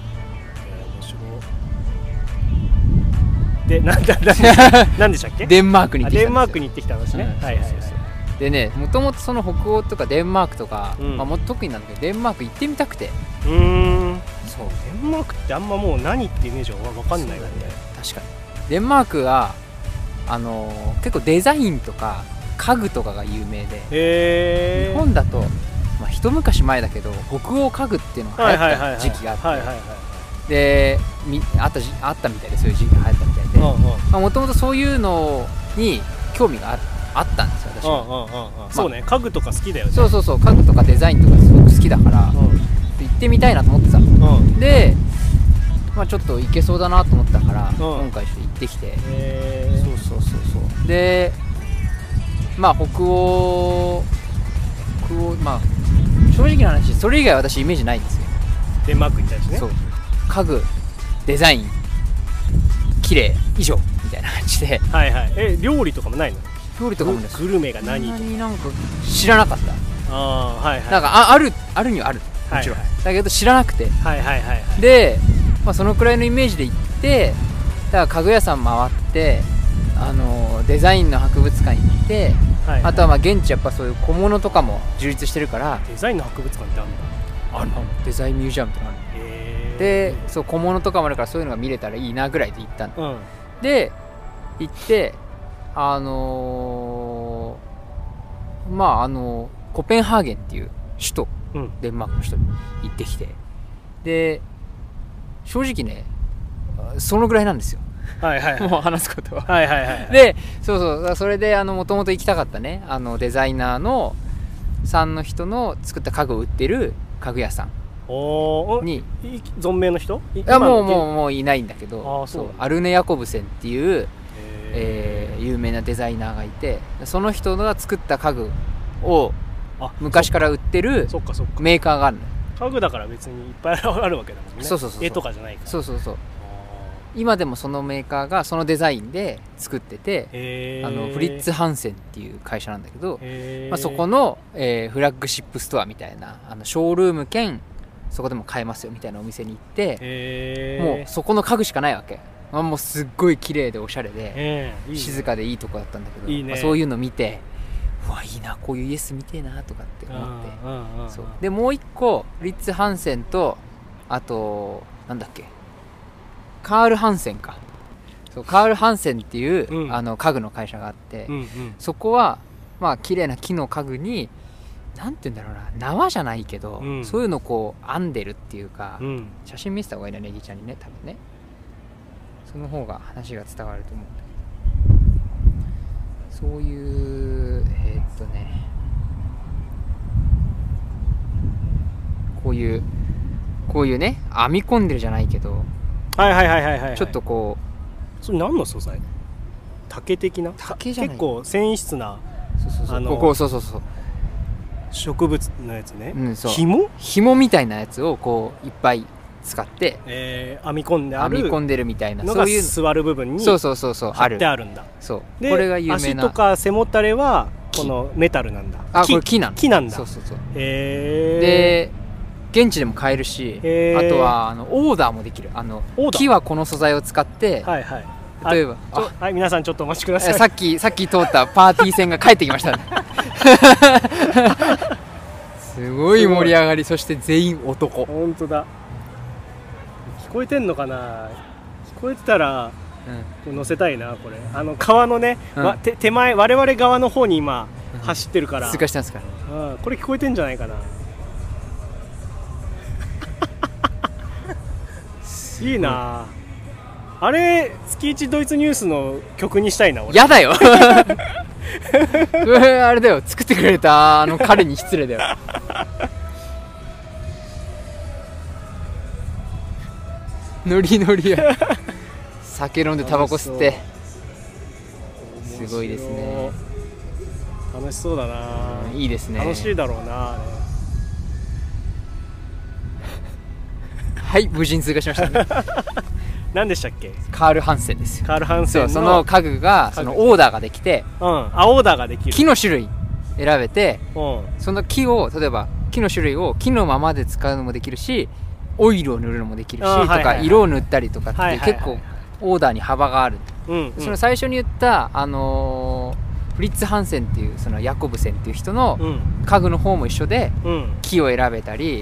えー、面白い。で、なんだなんでしたっけ？ デンマークに行ってきたんですよ。 デンマークに行ってきた話ね。はいはいはい。 でね、もともとその北欧とかデンマークとか、うん、まあ、もっと特になんだけどデンマーク行ってみたくて。 うーん、そう、デンマークってあんまもう何ってイメージは分かんないよね。 確かにデンマークはあのー、結構デザインとか家具とかが有名で、 へー、 日本だと、まあ、一昔前だけど北欧家具っていうのが流行った時期があってであったじあったみたいで、そういう時期が流行ったみたいで、もともとそういうのに興味があるあったんですよ、私は。 うんうんうんうん、そうね、家具とか好きだよね。 そうそうそう、家具とかデザインとかすごく好きだから、うん、行ってみたいなと思ってた、うん、で、まあ、ちょっと行けそうだなと思ったから、うん、今回ちょっと行ってきて、 へー、 そうそうそうそう。でまあ北欧北欧まあ正直な話、それ以外は私イメージないんですよ。 デンマーク行ったりしてね。 そう、家具デザイン綺麗以上みたいな感じで。 はいはい。え、料理とかもないの？ 料理とかもです。 グルメが何とかなんか知らなかった。 ああ、はいはい。 なんか あ, あるあるにはある、もちろん、はいはい、だけど知らなくて、 はいはいはい、はい、 で、まあ、そのくらいのイメージで行って、だから家具屋さん回って、あのデザインの博物館行って、はいはい、あとはまあ現地やっぱそういう小物とかも充実してるから。 デザインの博物館ってあるんだ。 あるの？デザインミュージアムとかある。へー。で、そう小物とかもあるからそういうのが見れたらいいなぐらいで行ったの、うん、で行ってあのー、まああのー、コペンハーゲンっていう首都、うん、デンマークの首都に行ってきて、で正直ねそのぐらいなんですよ。 はいはい、はい、 もう話すことは。 はいはいはい、はい、 でそうそう、それであのもともと行きたかったね、あのデザイナーのさんの人の作った家具を売ってる家具屋さんに。 存命の人？ いやもうもうもういないんだけど、あそうアルネ・ヤコブセンっていう、えー、有名なデザイナーがいて、その人が作った家具を昔から売ってるメーカーがあるのよ。 家具だから別にいっぱいあるわけだもんね。 そうそうそうそう、 絵とかじゃないから。そうそうそう。今でもそのメーカーがそのデザインで作ってて、あのフリッツ・ハンセンっていう会社なんだけど、まあ、そこの、えー、フラッグシップストアみたいな、あのショールーム兼そこでも買えますよみたいなお店に行って、もうそこの家具しかないわけ。まあ、もうすっごい綺麗でおしゃれで静かでいいとこだったんだけど、いいね、まあ、そういうの見て、うわいいな、こういうイエス見てえなとかって思って、そうでもう一個フリッツ・ハンセンとあとなんだっけカール・ハンセンかそうカール・ハンセンっていう、うん、あの家具の会社があって、うんうん、そこはまあ綺麗な木の家具になんて言うんだろうな縄じゃないけど、うん、そういうのをこう編んでるっていうか、うん、写真見せた方がいいなネギちゃんにね多分ねその方が話が伝わると思うんだけどそういうえー、っとねこういうこういうね編み込んでるじゃないけどはいはいはいはいはい、はい、 ちょっとこうそれ何の素材竹的な竹じゃない結構繊維質なそうそうそうあのここそうそうそう植物のやつね、 うん、そう紐紐みたいなやつをこういっぱい使って、 えー、編み込んである編み込んでるみたいなのが座る部分にそうそうそうそう貼ってあるんだそうでこれが有名な足とか背もたれはこのメタルなんだあこれ木なんだ木なんだそうそうそうへで現地でも買えるしあとはあのオーダーもできるあの木はこの素材を使ってはいはい例えばはい皆さんちょっとお待ちくださいさっきさっき通ったパーティー船が帰ってきましたねすごい盛り上がりそして全員男本当だ聞こえてんのかな聞こえてたら、うん、乗せたいなこれあの川のね、うん、手, 手前我々側の方に今、うん、走ってるから通過してますから、うん、これ聞こえてんじゃないかないいなあれ月一ドイツニュースの曲にしたいな俺やだよこれあれだよ作ってくれたあの彼に失礼だよノリノリや酒飲んでタバコ吸ってすごいですね楽しそうだな、 うん、いいですね楽しいだろうなあれはい無事に通過しましたね何でしたっけカール・ハンセンですよカール・ハンセンのその家具がそのオーダーができて、 うん、あオーダーができる木の種類選べて、 うん、 その木を例えば木の種類を木のままで使うのもできるしオイルを塗るのもできるし、はいはいはい、とか色を塗ったりとかっていう結構オーダーに幅がある、うんうん、その最初に言った、あのー、フリッツ・ハンセンっていうそのヤコブセンっていう人の家具の方も一緒で、うん、木を選べたり、うん、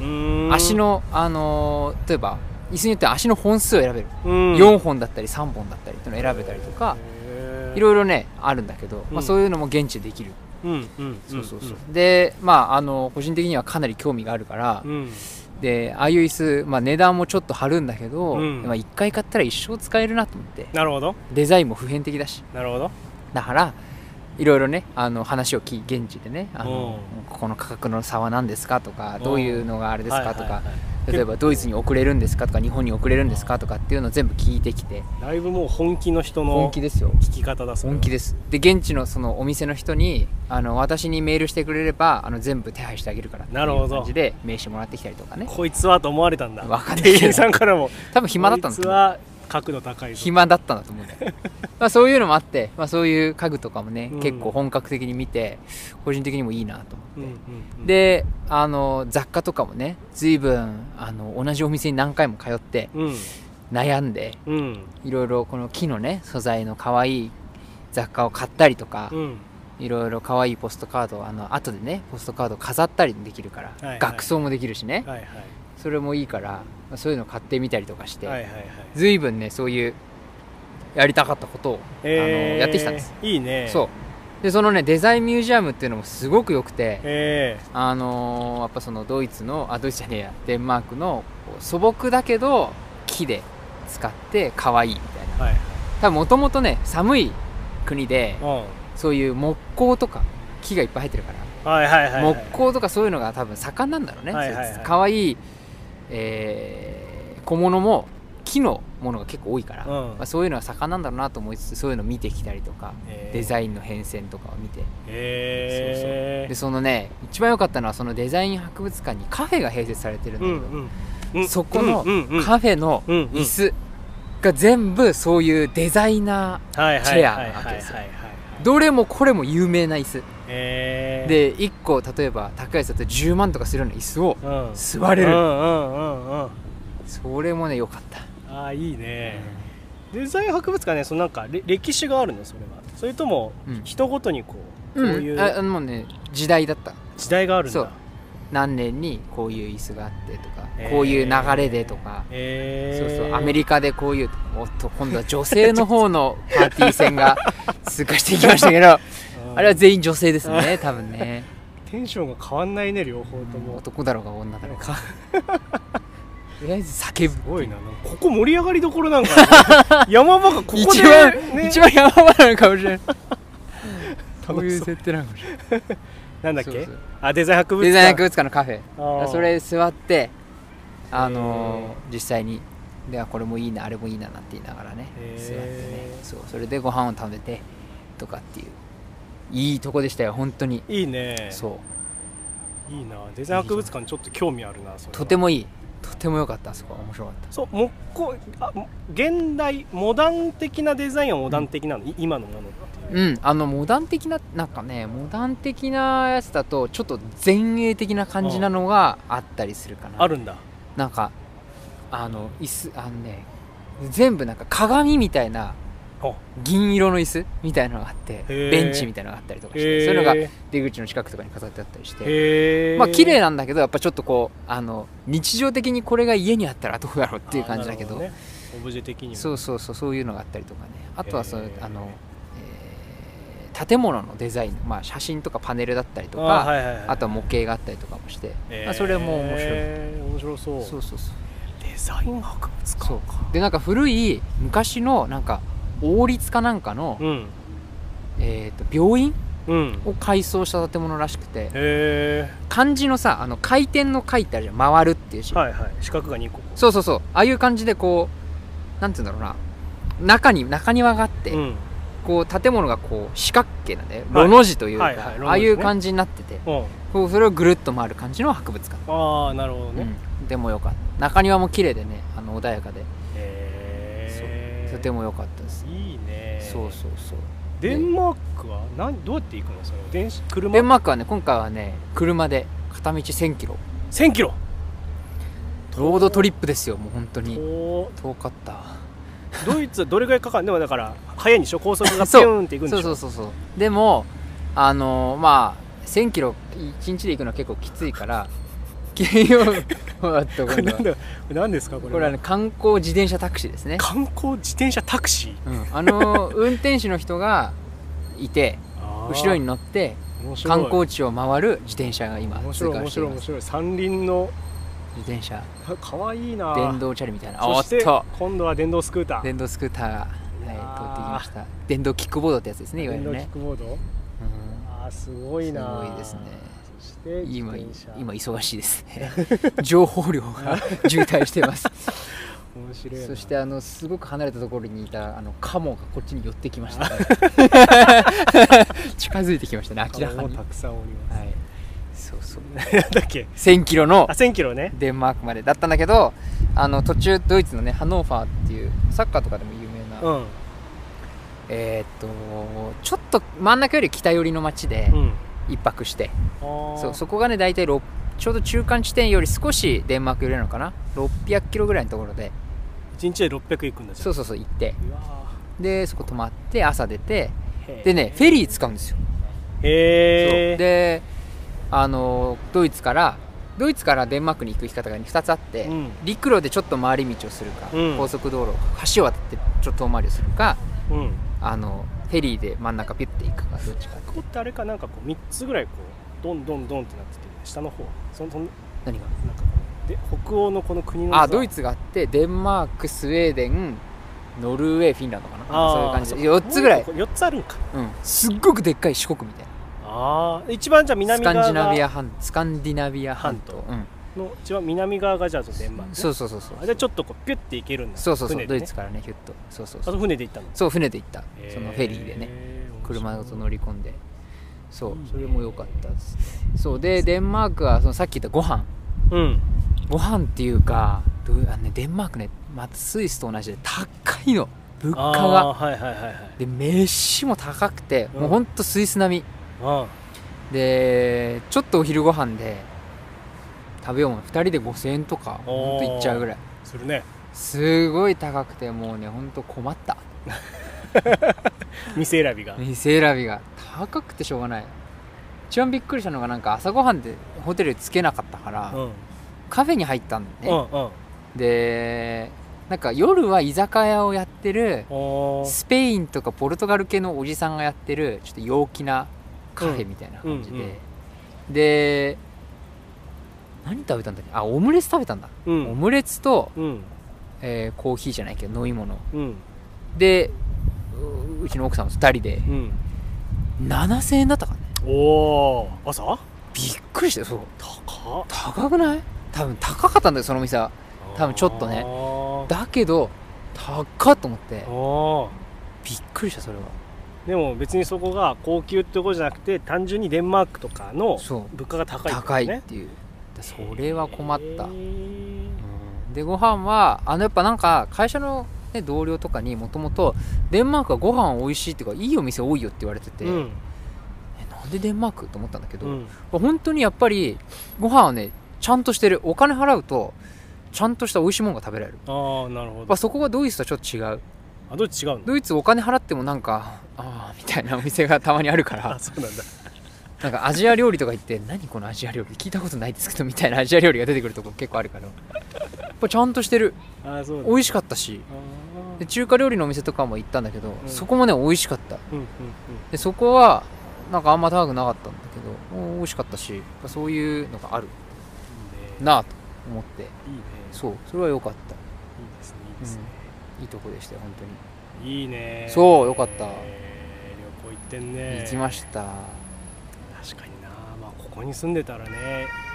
足の、あのー、例えば椅子によっては足の本数を選べる、うん、よんほんだったりさんぼんだったりっていうのを選べたりとかいろいろねあるんだけど、うんまあ、そういうのも現地でできる、うんうん、そうそうそう、うん、でまああの個人的にはかなり興味があるから、うん、でああいう椅子、まあ、値段もちょっと張るんだけど、うんまあ、いっかい買ったら一生使えるなと思って。 なるほど。 デザインも普遍的だし。 なるほど。 だからいろいろねあの話を聞い現地でねあのここの価格の差は何ですかとかどういうのがあれですかとか、例えばドイツに送れるんですかとか日本に送れるんですかとかっていうのを全部聞いてきて、 だいぶもう本気の人の本気ですよ聞き方だそう。 本気です。で現地のそのお店の人にあの私にメールしてくれればあの全部手配してあげるからっていう感じで名刺もらってきたりとかね。 こいつはと思われたんだ。 分かんないけど店員さんからも多分暇だったんだと思う。 こいつは角度高いぞ。 暇だったんだと思うんだよまあそういうのもあって、まあ、そういう家具とかもね、うん、結構本格的に見て個人的にもいいなと思って、うんうんうん、であの雑貨とかもね随分あの同じお店に何回も通って、うん、悩んで、うん、いろいろこの木のね素材の可愛い雑貨を買ったりとか、うん、いろいろ可愛いポストカードをあの後でねポストカードを飾ったりできるから、はいはい、額装もできるしね、はいはい、それもいいからそういうの買ってみたりとかして、はいはいはい、随分ねそういうやりたかったことを、えー、あのやってきたんです。 いいね。 そうでそのねデザインミュージアムっていうのもすごく良くて、えー、あのー、やっぱそのドイツのあドイツじゃねえやデンマークの素朴だけど木で使って可愛いみたいな、はい、多分もともとね寒い国で、うん、そういう木工とか木がいっぱい入ってるから、はいはいはいはい、木工とかそういうのが多分盛んなんだろうね。はいはいはい、可愛い、えー、小物も木のものが結構多いから、うんまあ、そういうのは盛んなんだろうなと思いつつそういうのを見てきたりとか、えー、デザインの変遷とかを見て、えー、そうそうでそのね一番良かったのはそのデザイン博物館にカフェが併設されてるんだけど、うんうん、そこのカフェの椅子が全部そういうデザイナーチェアなわけですよ。どれもこれも有名な椅子、えー、でいっこ例えば高いやつだとじゅうまんとかするような椅子を座れる、うんうんうんうん、それもね良かった。 ああいいね、うん、デザイン博物館ねそのなんか歴史があるのそれはそれとも人ごとにこう、うん、こういう、 うん、あもうね時代だった時代があるんだ。 そう何年にこういう椅子があってとか、えー、こういう流れでとか、えー、そうそうアメリカでこういうおっと今度は女性の方のパーティー戦が通過していきましたけどあれは全員女性ですね多分ね。 テンションが変わんないね両方とも、 うん、男だろうが女だろうかとりあえず叫ぶ。すごいな、ここ盛り上がりどころなんか、ね、山場がここで、 一番、ね、一番山場なのかもしれないこういう設定なのかもしれないなんだっけ、そうそうあデザイン博物館デザイン博物館のカフェ、それ座ってあのー、実際にでこれもいいなあれもいいななんて言いながらね座ってね、そうそれでご飯を食べてとかっていういいとこでしたよ本当に。 いいね。 そういいな。デザイン博物館ちょっと興味あるな。それとてもいい、とても良かった。あそこ面白かった。 そう木工あ現代モダン的なデザインはモダン的なの、うん、今のものっていう。 うんあのモダン的ななんかねモダン的なやつだとちょっと前衛的な感じなのがあったりするかな。 あるんだ。 なんかあの椅子あのね全部なんか鏡みたいな銀色の椅子みたいなのがあってベンチみたいなのがあったりとかしてそういうのが出口の近くとかに飾ってあったりしてまあ綺麗なんだけどやっぱちょっとこうあの日常的にこれが家にあったらどうだろうっていう感じだけど、 ね、オブジェ的にもそうそうそうそういうのがあったりとかね。あとはそうあの、えー、建物のデザイン、まあ、写真とかパネルだったりとか あ,、はいはいはい、あとは模型があったりとかもして、まあ、それも面白い。 面白そう。 そうそうそうデザイン博物館か。 でなんか古い昔のなんか王立かなんかの、うん、えー、と病院、うん、を改装した建物らしくて、へ漢字のさあの回転の回ってあるじゃん回るっていう字、 はいはい、四角がにこそうそうそうああいう感じでこうなんていうんだろうな中に中庭があって、うん、こう建物がこう四角形なんで、はい、ロの字というか、はいはいはいね、ああいう感じになってて、うん、こうそれをぐるっと回る感じの博物館。 ああなるほどね、 うん、でもよかった。中庭も綺麗でねあの穏やかでとても良かったです。 いいね。 そうそうそう。 デンマークは何どうやって行くのそれ電子車？ デンマークはね今回はね車で片道せんキロ。 せんキロ。 ロードトリップですよもう本当に。遠かった。 ドイツはどれぐらいかかる？でもだから早いんでしょ高速がピューンって行くんでしょ。 そうそうそうそう。でもあのー、まあせんキロいちにちで行くのは結構きついから。金曜何ですかこれは。 これは、ね、観光自転車タクシーですね。 観光自転車タクシー、 うん、あの運転手の人がいて後ろに乗って観光地を回る自転車が今通過しています。面白い面白い。 三輪の自転車かわいいな。 電動チャリみたいな。 そして今度は電動スクーター電動スクーターが、はい、通ってきました。電動キックボードってやつですねいわゆるね。 電動キックボード、うん、あすごいな。 すごいですね。今, 今忙しいですね情報量が渋滞してます面白いな。 そしてあのすごく離れたところにいたあのカモがこっちに寄ってきました近づいてきましたね明らかに。 たくさんおります、はい、 そうそうなんだっけせんキロのあせんキロねデンマークまでだったんだけどあの途中ドイツのねハノーファーっていうサッカーとかでも有名な、うん、えー、っとちょっと真ん中より北寄りの町で、うん一泊して、そうそこがね大体ちょうど中間地点より少しデンマーク寄りなのかなろっぴゃくキロぐらいのところでいちにちでろっぴゃく行くんだじゃん。 そうそうそう行ってでそこ泊まって朝出てでねフェリー使うんですよ。へえ。であのドイツからドイツからデンマークに行く行き方がふたつあって、うん、陸路でちょっと回り道をするか、うん、高速道路橋を渡ってちょっと遠回りをするか、うん、あのフェリーで真ん中ピュッて行くかどっちか。 ここってあれかなんかこうみっつぐらいこうドンドンドンってなってて下の方そのその何がなんかで北欧のこの国のあドイツがあってデンマークスウェーデンノルウェーフィンランドかなそういう感じでよっつぐらいよっつあるんか、 うん、すっごくでっかい四国みたいな。 ああ一番じゃあ南側がスカンジナビア半スカンディナビア半島、うんの一番南側がじゃあデンマーク、ね、 そうそうそうそうじゃあちょっとこうピュッて行けるんだ。 そうそうそう、 ね、 ドイツからねヒュッとそうそうそうあと船で行ったの。 そう船で行った、えー、そのフェリーでね車ごと乗り込んでそうそれも良かったですね。そうでデンマークはそのさっき言ったご飯うんご飯っていうかどうあの、ね、デンマークねまたスイスと同じで高いの物価が、はいはいはいはい、で飯も高くて、うん、もうほんとスイス並み、うん、でちょっとお昼ご飯で食べようもふたりでごせんえんとかほんといっちゃうぐらいするね。 すごい高くてもうねほんと困った店選びが店選びが高くてしょうがない。一番びっくりしたのがなんか朝ごはんでホテル着けなかったから、 うん、 カフェに入ったんだよね、 うんうん、 でなんか夜は居酒屋をやってるスペインとかポルトガル系のおじさんがやってるちょっと陽気なカフェみたいな感じで、うんうんうん、で何食べたんだっけ、あオムレツ食べたんだ、うん、オムレツと、うんえー、コーヒーじゃないけど飲み物、うん、で う, うちの奥さんとふたりで、うん、ななせんえんだったからね。 おー、朝びっくりしたよ。そう高高くない？多分高かったんだよその店は、多分ちょっとね、だけど高っと思ってびっくりした。それはでも別にそこが高級ってことじゃなくて単純にデンマークとかの物価が高い、ね、 高いっていう、それは困った、うん、でご飯はあのやっぱなんか会社の、ね、同僚とかにもともとデンマークはご飯美味しいっていうかいいお店多いよって言われてて、うん、えなんでデンマークと思ったんだけど、うん、本当にやっぱりご飯はねちゃんとしてる。お金払うとちゃんとした美味しいものが食べられる。 ああなるほど。 まあ、そこがドイツとはちょっと違う。 あドイツ違うの？ ドイツお金払ってもなんかああみたいなお店がたまにあるからあそうなんだ。 なんかアジア料理とか言って何このアジア料理聞いたことないですけどみたいなアジア料理が出てくるとこ結構あるからやっぱちゃんとしてる。 あそう美味しかったし、で中華料理のお店とかも行ったんだけど、うん、そこもね美味しかった、うんうんうん、でそこはなんかあんま高くなかったんだけど美味しかったし、そういうのがあるなぁと思っていいね。そうそれは良かった。いいですねいいですね、 うん、いいとこでしたよ本当に。 いいね。 そう良かった、 えー、旅行行ってんね。 行きました。 確かにな、まあここに住んでたらねいろん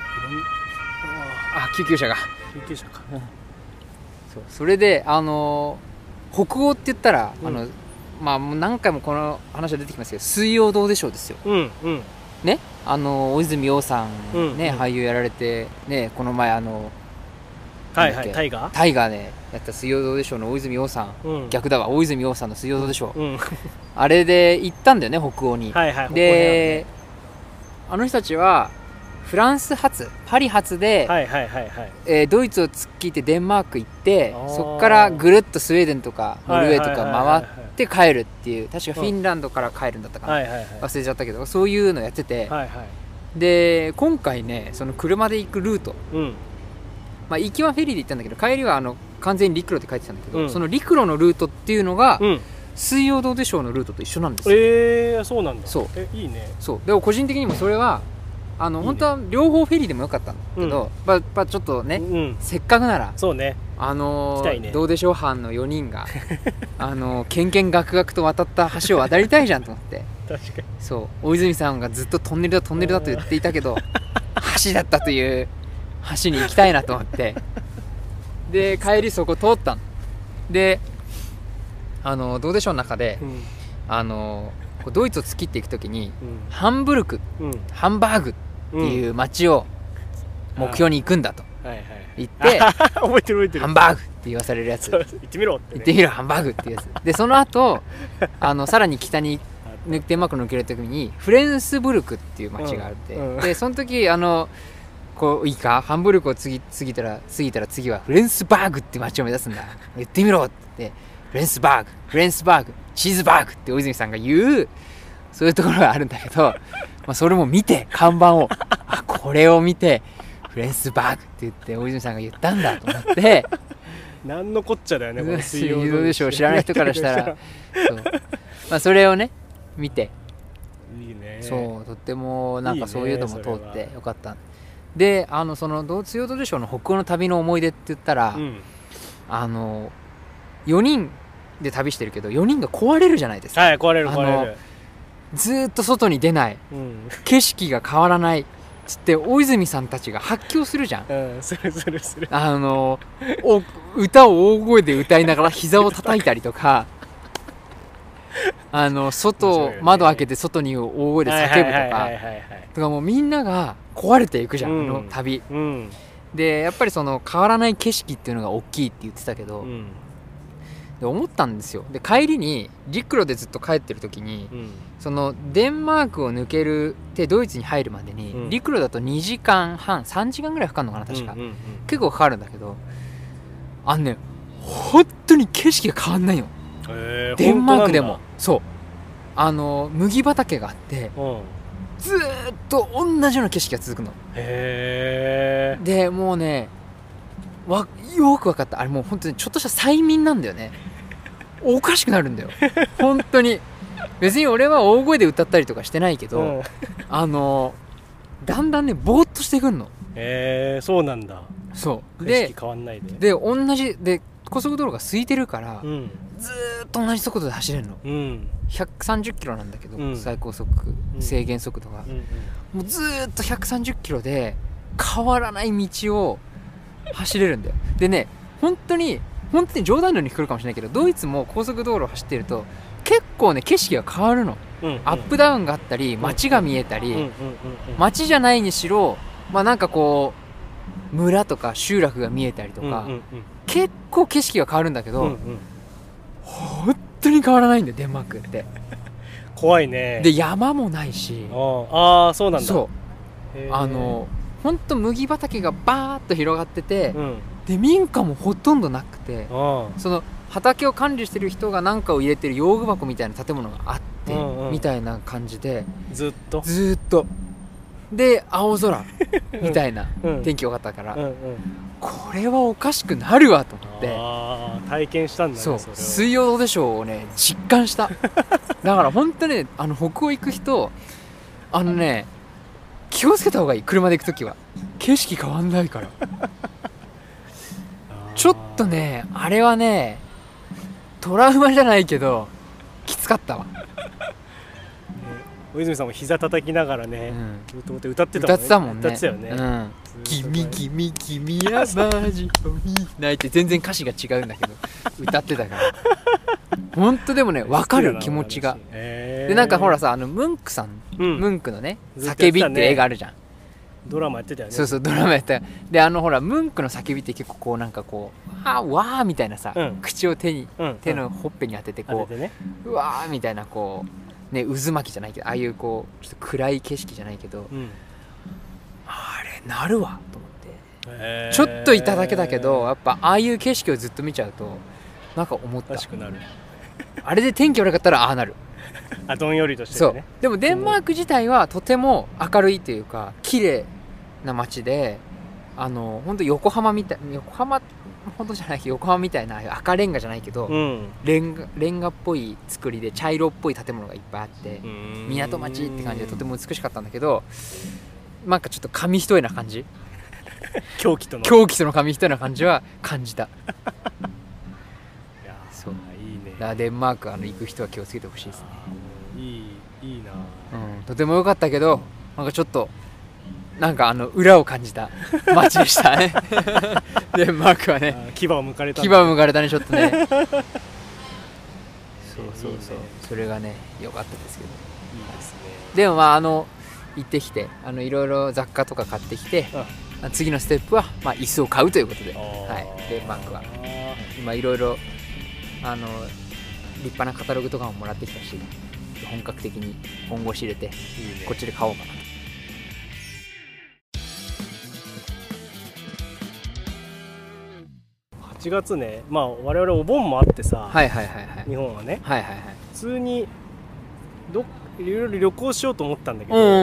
あ救急車が救急車かそうそれであのー、北欧って言ったら、うん、あのまあもう何回もこの話は出てきますけど水曜どうでしょうですよ、 うんうんね、あの大泉洋さん、 うんね、 うん、 俳優やられて、ね、この前あのはいはいタイガータイガーねやった水曜どうでしょうの大泉洋さん、うん、逆だわ大泉洋さんの水曜どうでしょう、うん、あれで行ったんだよね北欧に、 はいはい、 で、ね、あの人たちはフランス発パリ発で、 はいはいはいはいえー、ドイツを突っ切ってデンマーク行ってそこからぐるっとスウェーデンとかノルウェーとか回って帰るっていう、確かフィンランドから帰るんだったかな、はいはいはい、忘れちゃったけどそういうのやってて、はいはい、で今回ねその車で行くルート、うん、まあ、行きはフェリーで行ったんだけど帰りはあの完全に陸路で帰ってたんだけど、うん、その陸路のルートっていうのが、うん、水曜どうでしょうのルートと一緒なんですよ。 えー、そうなんだ。 そうえいいね。 そうでも個人的にもそれはあのいいね、本当は両方フェリーでもよかったんだけど、うんまあまあ、ちょっとね、うん、せっかくならそうね、 あのーね、どうでしょう班のよにんがあのー、けんけんがくがくと渡った橋を渡りたいじゃんと思って確かにそう大泉さんがずっとトンネルだトンネルだと言っていたけど橋だったという橋に行きたいなと思ってで帰りそこ通ったのであのー、どうでしょうの中で、うん、あのー、ドイツを突っ切っていくときに、うん、ハンブルク、うん、ハンバーグっていう街を目標に行くんだと言って覚えてる覚えてるハンバーグって言わされるやつ行ってみろって、ね、 行ってみろハンバーグっていうやつでその後あのさらに北にデンマークの抜ける時にフレンスブルクっていう街があって、うんうん、でその時あのこういいかハンブルクを過ぎ、過ぎたら過ぎたら次はフレンスバーグって街を目指すんだ言ってみろって言ってフレンスバーグフレンスバーグチーズバーグって大泉さんが言うそういうところがあるんだけどまあそれも見て看板をあこれを見てフレンスバーグって言って大泉さんが言ったんだと思って何のこっちゃだよねこの水曜どうでしょう知らない人からしたらそう、まあ、それをね見ていいねそうとってもなんかそういうのも通ってよかった。であのその水曜どうでしょうの北欧の旅の思い出って言ったら、うん、あのよにんで旅してるけどよにんが壊れるじゃないですか。 はい壊れる壊れる。 ずーっと外に出ない、うん、景色が変わらないつって大泉さんたちが発狂するじゃん、 うん、するするするあのお歌を大声で歌いながら膝を叩いたりとかあの外、ね、窓開けて外に大声で叫ぶとかとかもうみんなが壊れていくじゃん、うん、あの旅、うん、でやっぱりその変わらない景色っていうのが大きいって言ってたけど、うんで思ったんですよ。で帰りに陸路でずっと帰ってる時に、うん、そのデンマークを抜けるってドイツに入るまでに、うん、陸路だとにじかんはんさんじかんぐらいかかるのかな確か、うんうんうん、結構かかるんだけどあのね本当に景色が変わんないの、 えー、 デンマークでもそうあの麦畑があって、うん、 ずーっと同じような景色が続くの。 へえ。 でもうねわよく分かった。あれもう本当にちょっとした催眠なんだよね。おかしくなるんだよ本当に。別に俺は大声で歌ったりとかしてないけど、うん、あのだんだんねぼーっとしてくんの。 へえ、そうなんだ。 そうで景色変わんないで、 で同じで高速道路が空いてるから、うん、ずーっと同じ速度で走れるの、うん、ひゃくさんじゅっキロなんだけど、うん、最高速、うん、制限速度が、うんうん、もうずーっとひゃくさんじゅっキロで変わらない道を走れるんだよ。でね本当に本当に冗談のように聞こえるかもしれないけど、ドイツも高速道路を走ってると結構ね景色が変わるの、うんうん、アップダウンがあったり街が見えたり、街じゃないにしろまあなんかこう村とか集落が見えたりとか、うんうんうん、結構景色が変わるんだけど、うんうん、本当に変わらないんだよデンマークって怖いね。 で山もないし、 ああそうなんだ。 そうあの本当麦畑がバーッと広がってて、うん、で民家もほとんどなくて、その畑を管理してる人が何かを入れてる用具箱みたいな建物があって、うんうん、みたいな感じでずっとずっとで青空みたいな天気良かったから、うんうんうん、これはおかしくなるわと思って。 あ体験したんだね。 そう、それ水曜どうでしょうをね実感しただから本当ねあの北欧行く人あのね気をつけた方がいい。車で行くときは景色変わんないからちょっとねあれはねトラウマじゃないけどきつかったわ大泉さんも膝叩きながらね、うん、歌ってたもんね。 歌ってたもんね。 歌ってたよね、うん、 君君君はマジに泣いて全然歌詞が違うんだけど歌ってたから本当でもね分かる気持ちが。でなんかほらさあのムンクさん、うん、ムンクのね叫びって映画あるじゃん。 ドラマやってたよね。 そうそうドラマやったであのほらムンクの叫びって結構こうなんかこうあーわーみたいなさ、うん、口を手に、うん、手のほっぺに当ててこう、ね、うわーみたいなこうね渦巻きじゃないけどああいうこうちょっと暗い景色じゃないけど、うん、あれなるわと思ってちょっといただけだけどやっぱああいう景色をずっと見ちゃうとなんか思った。 確かになるあれで天気悪かったらああなるあどんよりとしてるね。 そうでもデンマーク自体はとても明るいというか綺麗な街であの本当横浜みたい横浜ほどじゃないけど横浜みたいな赤レンガじゃないけど、うん、レンガ、レンガっぽい作りで茶色っぽい建物がいっぱいあって港町って感じでとても美しかったんだけどなんかちょっと紙一重な感じ狂気との狂気との紙一重な感じは感じたいやそういいね。 だからデンマークあの行く人は気をつけてほしいですね。 いいいいな、 うん、とても良かったけどなんかちょっとなんかあの裏を感じた街でしたねデンマークはね牙を向かれた、 ね、牙を向かれたねちょっとねそうそうそう、いいね、それがね良かったですけど。 いいですね。 でもまああの行ってきてあのいろいろ雑貨とか買ってきて次のステップはまあ椅子を買うということで、はい、デンマークは今いろいろあの立派なカタログとかももらってきたし本格的に本腰入れていい、ね、こっちで買おうかなと。 はちがつね、まあ我々お盆もあってさ、 はいはいはいはい、 日本はね、 はいはいはい、 普通にどいろいろ旅行しようと思ったんだけど、うん、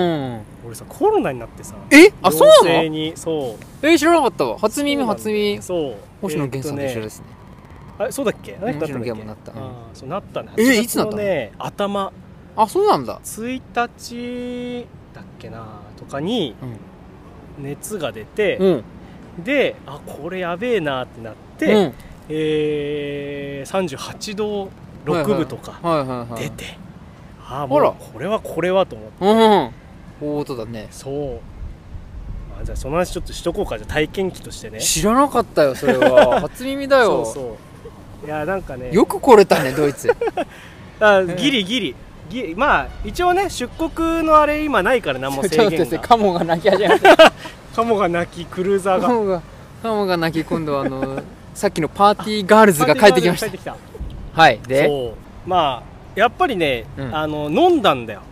俺さコロナになってさ、 えあそうなの？ にそうえー、知らなかったわ。初耳初耳。 そう星野源さんと一緒ですね。 えー、あそうだっけ？ 星野源もなった。 あそうなったね。 えー、いつなったの？ ね頭。 あそうなんだ。 ついたちだっけなとかに熱が出て、うん、であこれやべえなってなって、うん、えー、さんじゅうはちどろくぶとか出て、あもうこれはこれはと思って、うん、 大音だね。 そうあじゃあその話ちょっとしとこうか。じゃあ体験記としてね。 知らなかったよそれは初耳だよ。 そうそういやなんかねよく来れたねドイツあギリギリギまあ一応ね出国のあれ今ないから何も制限がカモが鳴き始めてカモが鳴きクルーザーがカモがカモが鳴き今度はあのさっきのパーティーガールズが帰ってきました。はいでそうまあやっぱりね、うん、あの飲んだんだよ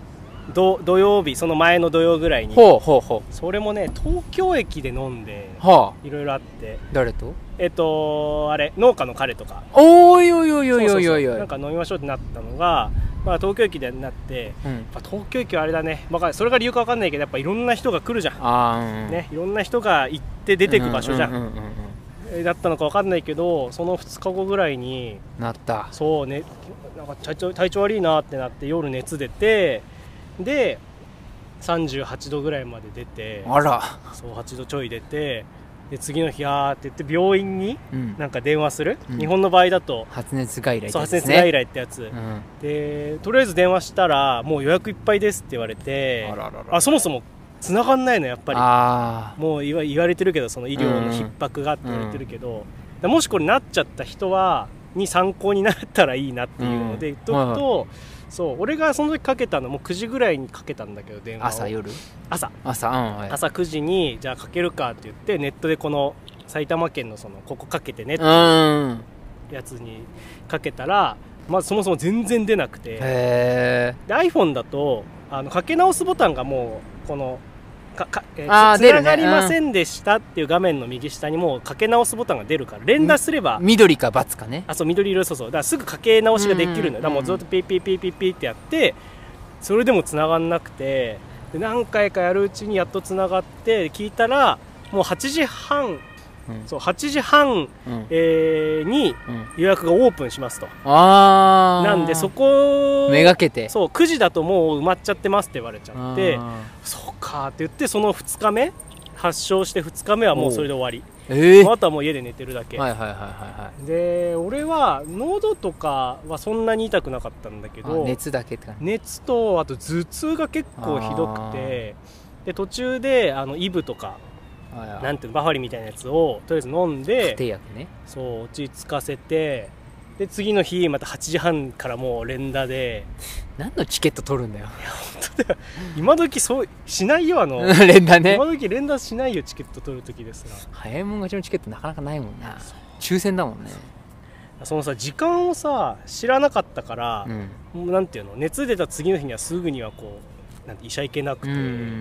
ど土曜日その前の土曜ぐらいにほうほうほうそれもね東京駅で飲んで、 はあ、 いろいろあって誰とえっとあれ農家の彼とかおいおいおいおいおいおいおいなんか飲みましょうってなったのが、まあ、東京駅でなって、うん、やっぱ東京駅はあれだね、まあ、それが理由か分かんないけどやっぱいろんな人が来るじゃんあ、うんね、いろんな人が行って出てく場所じゃんだったのか分かんないけどそのふつかごぐらいになったそうねなんか体調、体調悪いなってなって夜熱出てでさんじゅうはちどぐらいまで出てあらそうはちどちょい出てで次の日あーって言って病院になんか電話する、うん、日本の場合だと発熱外来ってやつですね。 そう発熱外来ってやつ、うん、でとりあえず電話したらもう予約いっぱいですって言われて あ, らららあそもそも繋がんないのやっぱりあもう言わ、言われてるけどその医療の逼迫がって言われてるけど、うん、もしこれなっちゃった人はに参考になったらいいなっていうので言っとくと、うんそう俺がその時かけたのもくじぐらいにかけたんだけど電話を朝夜朝朝、うんはい、 朝くじにじゃあかけるかって言ってネットでこの埼玉県のそのここかけてねってやつにかけたらまずそもそも全然出なくてへで iPhone だとあのかけ直すボタンがもうこのかか、えー、つながりませんでしたっていう画面の右下にもうかけ直すボタンが出るから連打すれば緑か×かねあそう緑色そうそうだからすぐかけ直しができるのよだからもうずっとピーピーピーピーピーってやってそれでもつながんなくてで何回かやるうちにやっとつながって聞いたらもうはちじはん、うん、そうはちじはん、うんえー、に予約がオープンしますと、うん、あなんでそこめがけてそうくじだともう埋まっちゃってますって言われちゃってそうかって言ってそのふつかめ発症してふつかめはもうそれで終わり、えー、あとはもう家で寝てるだけ、はいはいはいはい、で俺は喉とかはそんなに痛くなかったんだけど熱だけって感じ熱とあと頭痛が結構ひどくてで途中であのイブとかなんていうのバファリンみたいなやつをとりあえず飲んで家庭薬ねそう落ち着かせてで次の日またはちじはんからもう連打で何のチケット取るんだよ。いや本当だよ今時そうしないよあの連打ね今時連打しないよチケット取る時ですら早いもん勝ちのチケットなかなかないもんな抽選だもんねそのさ時間をさ知らなかったから、うん、なんていうの熱出た次の日にはすぐにはこうなんて医者行けなくて、うん、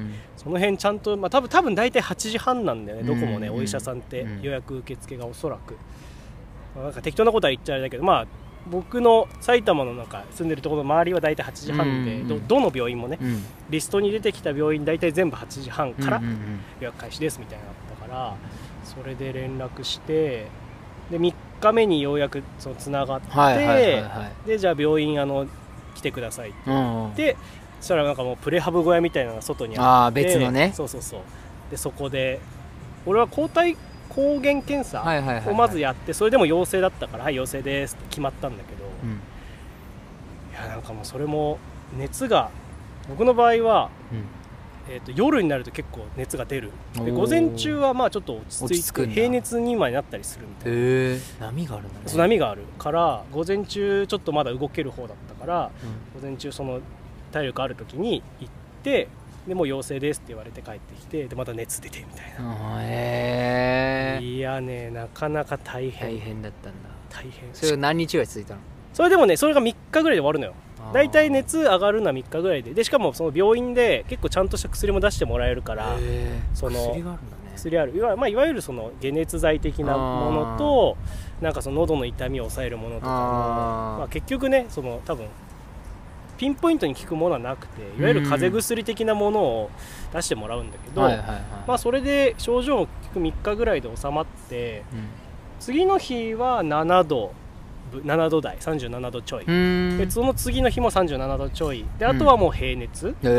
その辺ちゃんと、まあ、多分多分大体はちじはんなんだよね、うん、どこもね、うん、お医者さんって予約受付がおそらく、まあ、なんか適当なことは言っちゃあれだけどまあ僕の埼玉の中住んでるところの周りは大体はちじはんで、うん、ど, どの病院もね、うん、リストに出てきた病院大体全部はちじはんから予約開始ですみたいなのだったからそれで連絡してでみっかめにようやくそのつながって、はいはいはいはい、でじゃあ病院あの来てくださいって言って、うん、そしたらなんかもうプレハブ小屋みたいなのが外にあってあ別のねそうそうそうでそこで俺は抗体抗原検査をまずやってそれでも陽性だったからはい陽性ですって決まったんだけど、うん、いやなんかもうそれも熱が僕の場合は、うんえー、と夜になると結構熱が出るで午前中はまあちょっと落ち着いて平熱にまでなったりするみたいなへ波があるんだねそう波があるから午前中ちょっとまだ動ける方だったから、うん、午前中その体力ある時に行ってでもう陽性ですって言われて帰ってきてでまた熱出てみたいなへいやねなかなか大変大変だったんだ大変それが何日ぐらい続いたのそれでもねそれがみっかぐらいで終わるのよだいたい熱上がるのはみっかぐらいででしかもその病院で結構ちゃんとした薬も出してもらえるからその薬があるんだね薬あるいわ、まあ、いわゆるその解熱剤的なものとなんかその喉の痛みを抑えるものとかもまあ、結局ねその多分ピンポイントに効くものはなくていわゆる風邪薬的なものを出してもらうんだけど、はいはいはいまあ、それで症状も結局みっかぐらいで収まって、うん、次の日はななどななど台さんじゅうななどちょいでその次の日もさんじゅうななどちょいであとはもう平熱、うん、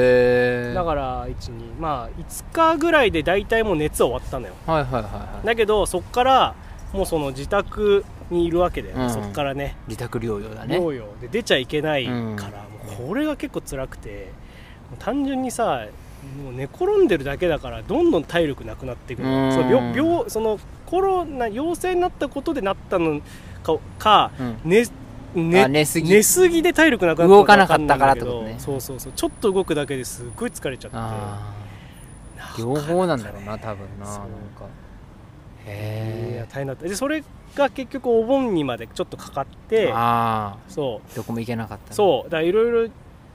だからいちにまあいつかぐらいで大体もう熱は終わったのよ、はいはいはいはい、だけどそこからもうその自宅にいるわけだよ、うん、そこからね自宅療養だね療養で出ちゃいけないから、うん、もうこれが結構辛くてもう単純にさもう寝転んでるだけだからどんどん体力なくなっていくの、うん、その 病, 病そのコロナ陽性になったことでなったのか、かうんねね、寝すぎ寝すぎで体力なくなった動かなかったからってことねそうそうそうちょっと動くだけですっごい疲れちゃって両方なんだろうな多分ななんかへえいや大変だったでそれが結局お盆にまでちょっとかかってあそうどこも行けなかった、ね、 そうだからいろいろ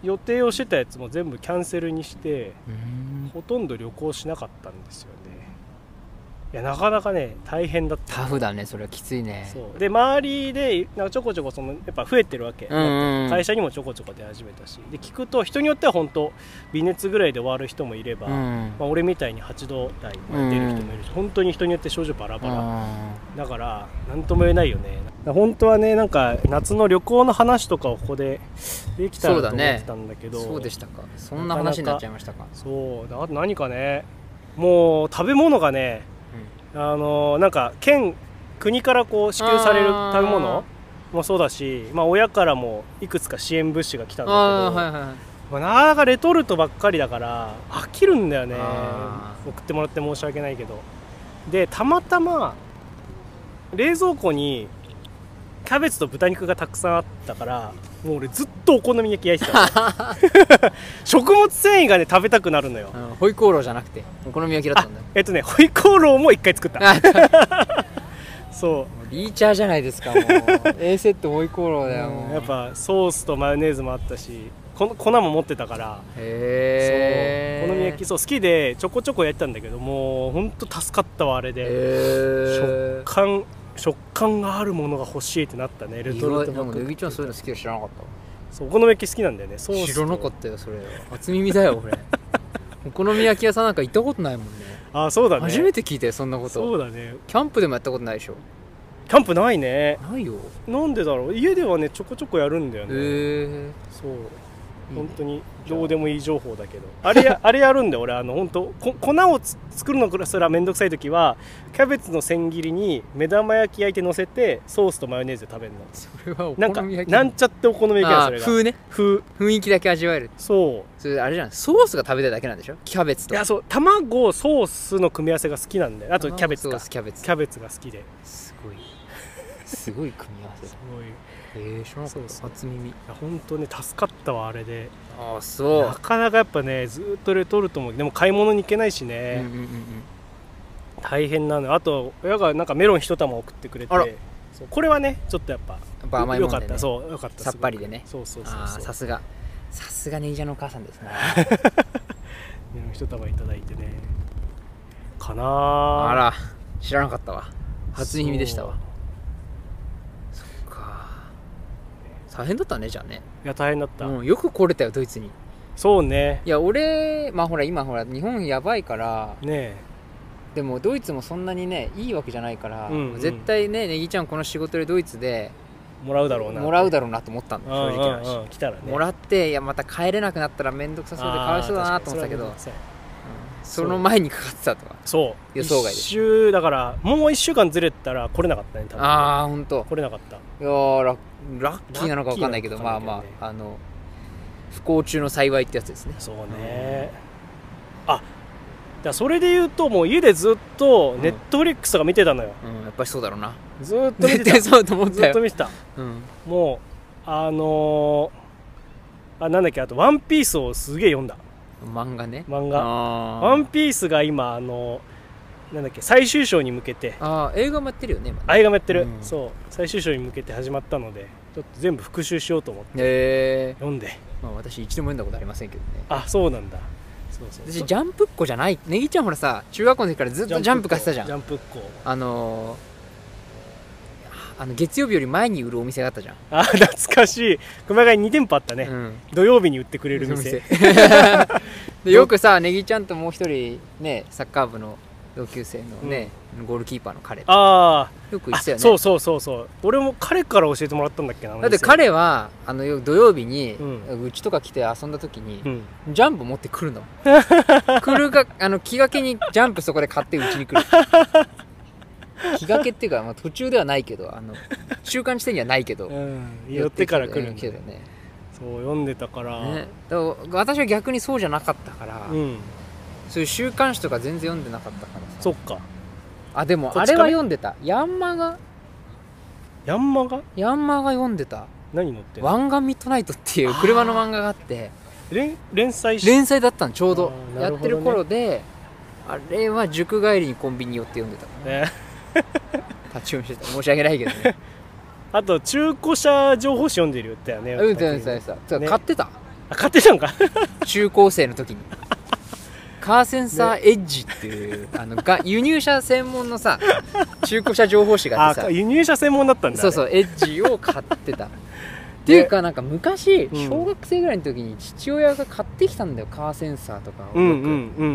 予定をしてたやつも全部キャンセルにして、ほとんど旅行しなかったんですよね。いやなかなかね大変だった。 タフだね、それはきついね。 そうで周りでなんかちょこちょこそのやっぱ増えてるわけ、うんうん、会社にもちょこちょこ出始めたし、で聞くと人によっては本当微熱ぐらいで終わる人もいれば、うんまあ、俺みたいにはちど台まで出る人もいるし、うん、本当に人によって症状バラバラ、うん、だから何とも言えないよね。本当はねなんか夏の旅行の話とかをここでできたらと思ってたんだけど、 そうだね、そうでしたか。そんな話になっちゃいましたか。 そうあと何かね、もう食べ物がね、うん、あのなんか県国からこう支給される食べ物もそうだし、まあ、親からもいくつか支援物資が来たんだけど、あ、はいはい、まあ、なかなかレトルトばっかりだから飽きるんだよね。送ってもらって申し訳ないけど、でたまたま冷蔵庫にキャベツと豚肉がたくさんあったから、もう俺ずっとお好み焼き焼いてた食物繊維がね食べたくなるのよ、 うん、ホイコーローじゃなくてお好み焼きだったんだよ。 えっとねホイコーローも一回作ったそうリーチャーじゃないですか。もう A セットホイコーローだよ。もうやっぱソースとマヨネーズもあったし粉も持ってたから、 へー、 そうお好み焼きそう好きでちょこちょこやってたんだけど、もうほんと助かったわあれで。食感食感があるものが欲しいってなったね。レトルトでもネギちゃんそういうの好きで知らなかったわ。 そうお好み焼き好きなんだよね。ソース知らなかったよそれ。初耳だよ俺お好み焼き屋さんなんか行ったことないもんね。 あ、そうだね、 初めて聞いたよそんなこと。 そうだね、 キャンプでもやったことないでしょ。 キャンプないね。 ないよ。 なんでだろう。家ではねちょこちょこやるんだよね。へえ。 そう本当にどうでもいい情報だけど、あれやあれやるんだよ俺。あの本当こ粉をつ作るのすらめんどくさい時はキャベツの千切りに目玉焼き焼いて乗せてソースとマヨネーズで食べるの。 それはおなんか好み焼きなんちゃってお好み焼きやそれが風ね。 風雰囲気だけ味わえる。 そうそれあれじゃん、ソースが食べたいだけなんでしょ。キャベツと。 いやそう卵ソースの組み合わせが好きなんだよ。あとキャベツか。 キャベツキャベツが好きで。 すごいすごい組み合わせ。すごい。えー、知らなかった。初耳。いや本当ね助かったわあれで。 ああそう。 なかなかやっぱねずっとレトルトもでも買い物に行けないしね、うんうんうんうん、大変なの。あと親がなんかメロン一玉送ってくれて、そうこれはねちょっとやっぱ、 やっぱ甘いもんでね、 よかった。そうよかった。 さっぱりでね。 そうそうそうそう。 あさすがさすがネギちゃんのお母さんですねメロン一玉いただいてねかなー。 あら知らなかったわ。初耳でしたわ。そっか大変だったねじゃあね。 いや大変だった、 うん、よく来れたよドイツに。 そうね。 いや俺まあほら今ほら日本やばいからね。 でもドイツもそんなにねいいわけじゃないから、うんうん、絶対ねネギちゃんこの仕事でドイツでもらうだろうなもらうだろうなと思ったんだ正直な話、 うんうん、来たらね、 もらっていやまた帰れなくなったら面倒くさそうでかわいそうだなと思ってたけど、その前にかかってたとか。 そう予想外で。 一週だからもういっしゅうかんずれたら来れなかったね多分。 ああ本当。 来れなかった。 いやー ラ, ラッキーなのか分かんないけど、まあまああの不幸中の幸いってやつですね。 そうね、うん、あだそれで言うともう家でずっとネットフリックスとか見てたのよ、 うんうん、やっぱりそうだろうな。 ずっと見てたそうと思ったよ。 ずっと見てた、うん、もうあのー、あなんだっけあとワンピースをすげえ読んだ。 漫画ね。 漫画ワンピースが今あのなんだっけ最終章に向けて。 あ映画もやってるよね今ね。 あ映画もやってる、うん、そう最終章に向けて始まったのでちょっと全部復習しようと思って、えー、読んで、 まあ、私一度も読んだことありませんけどね。あそうなんだ。そうそうそう。 私ジャンプっ子じゃない。ネギちゃんほらさ中学校の時からずっとジャンプ買ってたじゃん。 ジャンプっ子。 あのーあの月曜日より前に売るお店があったじゃん。 あ懐かしい。熊谷に店舗あったね、うん、土曜日に売ってくれる店でよくさネギちゃんともう一人ねサッカー部の同級生のね、うん、ゴールキーパーの彼あよく言ってたよね。 そうそうそうそう。俺も彼から教えてもらったんだっけな。 だって彼はあの土曜日にうち、ん、とか来て遊んだ時に、うん、ジャンプ持ってくるの来るがあの気がけにジャンプそこで買ってうちに来る気がけっていうか、まあ、途中ではないけどあの中間地点にはないけど、うん、 寄ってから来るんだよね。 そう読んでたから、ね、 だから私は逆にそうじゃなかったから、うん、そういう週刊誌とか全然読んでなかったからさ。 そっか。 あでもあれは読んでた。ヤンマガヤンマガヤンマガ読んでた。 何載ってんの。 ワンガンミッドナイトっていう車の漫画があって連, 連載し連載だったのちょうど、ね、やってる頃であれは塾帰りにコンビニ寄って読んでたから、ね立ち読みしてた。申し訳ないけどねあと中古車情報誌読んでるよってね。 うん、うん、うん、買ってた。 あ、買ってたんか中高生の時にカーセンサーエッジっていう、ね、あのが輸入車専門のさ中古車情報誌があってさ、 輸入車専門だったんだ。 そうそう、エッジを買ってたっていうか、なんか昔小学生ぐらいの時に父親が買ってきたんだよ、カーセンサーとかをよく、うんうんうん、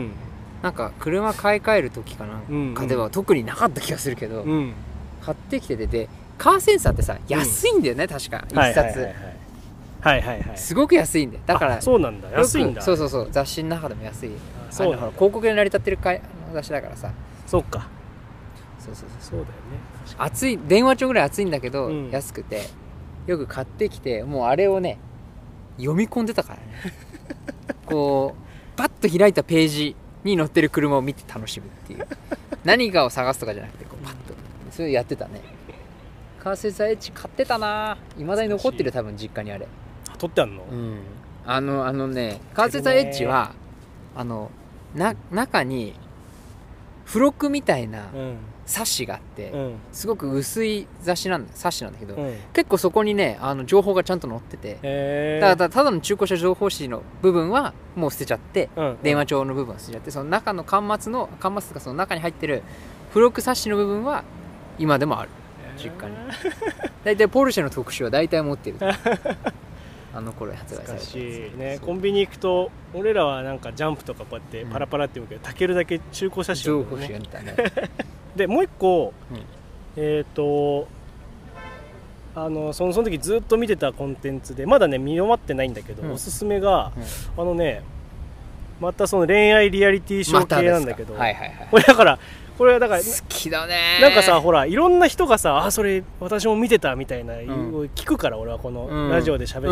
なんか車買い替える時かなんかでは特になかった気がするけど、うん、買ってきてて、でカーセンサーってさ安いんだよね、うん、確かいっさつはいはいはい、 すごく安いんだよ。だからそうなんだ、安いんだ。 そうそうそう、雑誌の中でも安い。そうだ、広告で成り立ってる雑誌だからさ。 そうか、 そうそうそう、 そうだよね。 熱い、電話帳ぐらい熱いんだけど、うん、安くてよく買ってきて、もうあれをね読み込んでたからねこうパッと開いたページに載ってる車を見て楽しむっていう何かを探すとかじゃなくて、こうパッとそれやってたね。カーセンサーエッジ買ってたな、いまだに残ってる、多分実家にあれ。 取ってあんの？ うん、あのあのね、カーセンサーエッジはあのな中に付録みたいな冊子があって、うん、すごく薄い雑誌なんだ冊子なんだけど、うん、結構そこにねあの情報がちゃんと載ってて、だからただの中古車情報誌の部分はもう捨てちゃって、うん、電話帳の部分は捨てちゃって、その中の巻末の巻末とかその中に入ってる付録冊子の部分は今でもある、実家に。大体ポルシェの特集は大体持ってるあの頃発売されたやつね。コンビニ行くと俺らはなんかジャンプとかこうやってパラパラって言うけど、たけるだけ中古写真、ね、 情報誌が見たねでもう一個、うん、えっ、ー、とあのそのその時ずっと見てたコンテンツでまだね見終わってないんだけど、うん、おすすめが、うん、あのねまたその恋愛リアリティショー系なんだけど、 はいはいはい、 これだからこれはだから好きだね。 なんかさ、ほらいろんな人がさ、あそれ私も見てたみたいな、うん、聞くから、俺はこのラジオで喋って、うん、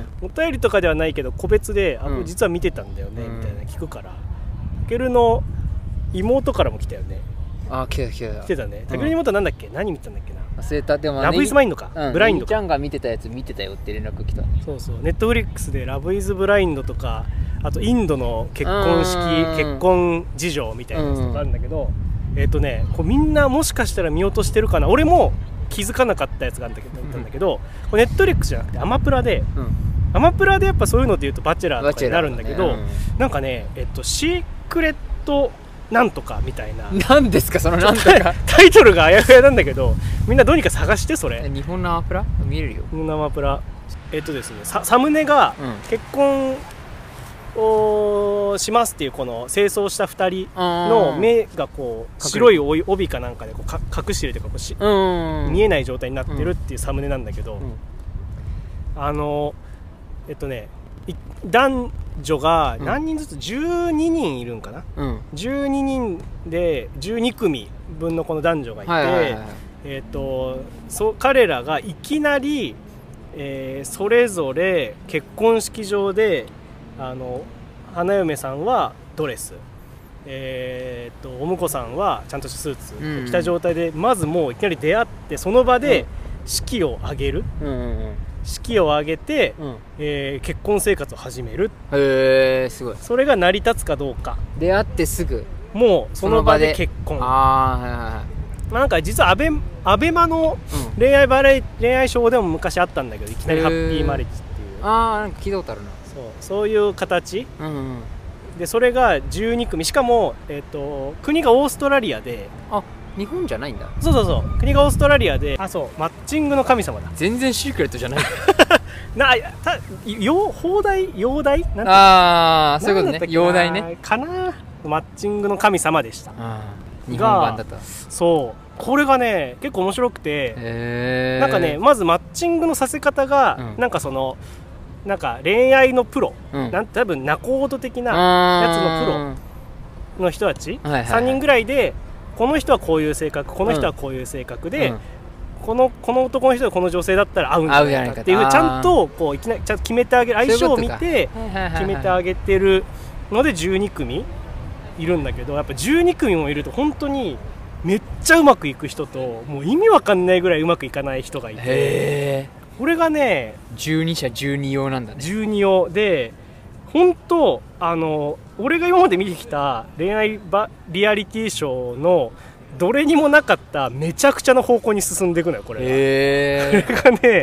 お便りとかではないけど個別で、うん、あ実は見てたんだよね、うん、みたいな聞くから。たけるの妹からも来たよね。 あ、来てた来てた来てたね。たけるの妹はなんだっけ、何見てたんだっけな、 忘れた。でもラブイズブラインドか、 うん、 ブラインドか。 ちゃんが見てたやつ見てたよって連絡来た。 そうそう、ネットフリックスでラブイズブラインドとか、あとインドの結婚式結婚事情みたいなやつとかあるんだけど、えっとね、こうみんなもしかしたら見落としてるかな、俺も気づかなかったやつがあるんだけど、うん、だけどこれネットフリックスじゃなくてアマプラで、うん、アマプラでやっぱそういうのでいうとバチェラーとかになるんだけど、ね、うん、なんかね、えっと、シークレットなんとかみたいな、 何ですかそのなんとかタイトルがあやふやなんだけど、みんなどうにか探して。それ日本のアマプラ見れるよ。 日本のアマプラ、えっとですね、サ, サムネが結婚をしますっていうこの清掃したふたりの目がこう白い帯かなんかでこうか隠してるというかこうし見えない状態になってるっていうサムネなんだけど、あのえっとね男女が何人ずつじゅうににんいるんかな、うん、じゅうににんでじゅうにくみぶんのこの男女がいて、はいはいはい、えっとそ彼らがいきなり、えー、それぞれ結婚式場であの花嫁さんはドレス、えー、とお婿さんはちゃんとしたスーツを着た状態で、うん、まずもういきなり出会ってその場で式を挙げる、うんうんうん、式を挙げて、うん、えー、結婚生活を始める。 へー、すごい。 それが成り立つかどうか。 出会ってすぐもうその場で結婚。 あー、はいはいはい。 まあ、なんか実はアベアベマの恋愛バレ、うん、恋愛ショーでも昔あったんだけど、いきなりハッピーマリッジっていう、 あー、なんか聞いたことあるな。 そうそういう形、うんうん、でそれがじゅうにくみ、しかも、えー、と国がオーストラリアで、 あ、日本じゃないんだ。 そうそうそう、国がオーストラリアで、あ、そう、マッチングの神様だ。 全然シークレットじゃないなたよ放題容体なんて、 ああ、そういうことね、容体ねかな。マッチングの神様でした。 あ、日本版だった。 そう、これがね結構面白くて、 へー、 なんかね、まずマッチングのさせ方が、うん、なんかそのなんか恋愛のプロ、うん、なん多分仲人的なやつのプロの人たち、はいはいはい、さんにんぐらいで、この人はこういう性格、この人はこういう性格で、うん、このこの男の人はこの女性だったら合うんじゃないかっていう、ちゃんとこういきなりちゃんと決めてあげる、相性を見て決めてあげてるのでじゅうにくみいるんだけど、やっぱじゅうにくみもいると本当にめっちゃうまくいく人と、もう意味わかんないぐらいうまくいかない人がいて、 へー、 これがねじゅうにしゃじゅうに用なんだね。 じゅうに用で、本当あの俺が今まで見てきた恋愛バリアリティショーのどれにもなかっためちゃくちゃな方向に進んでいくのよ、これは。 へこれがね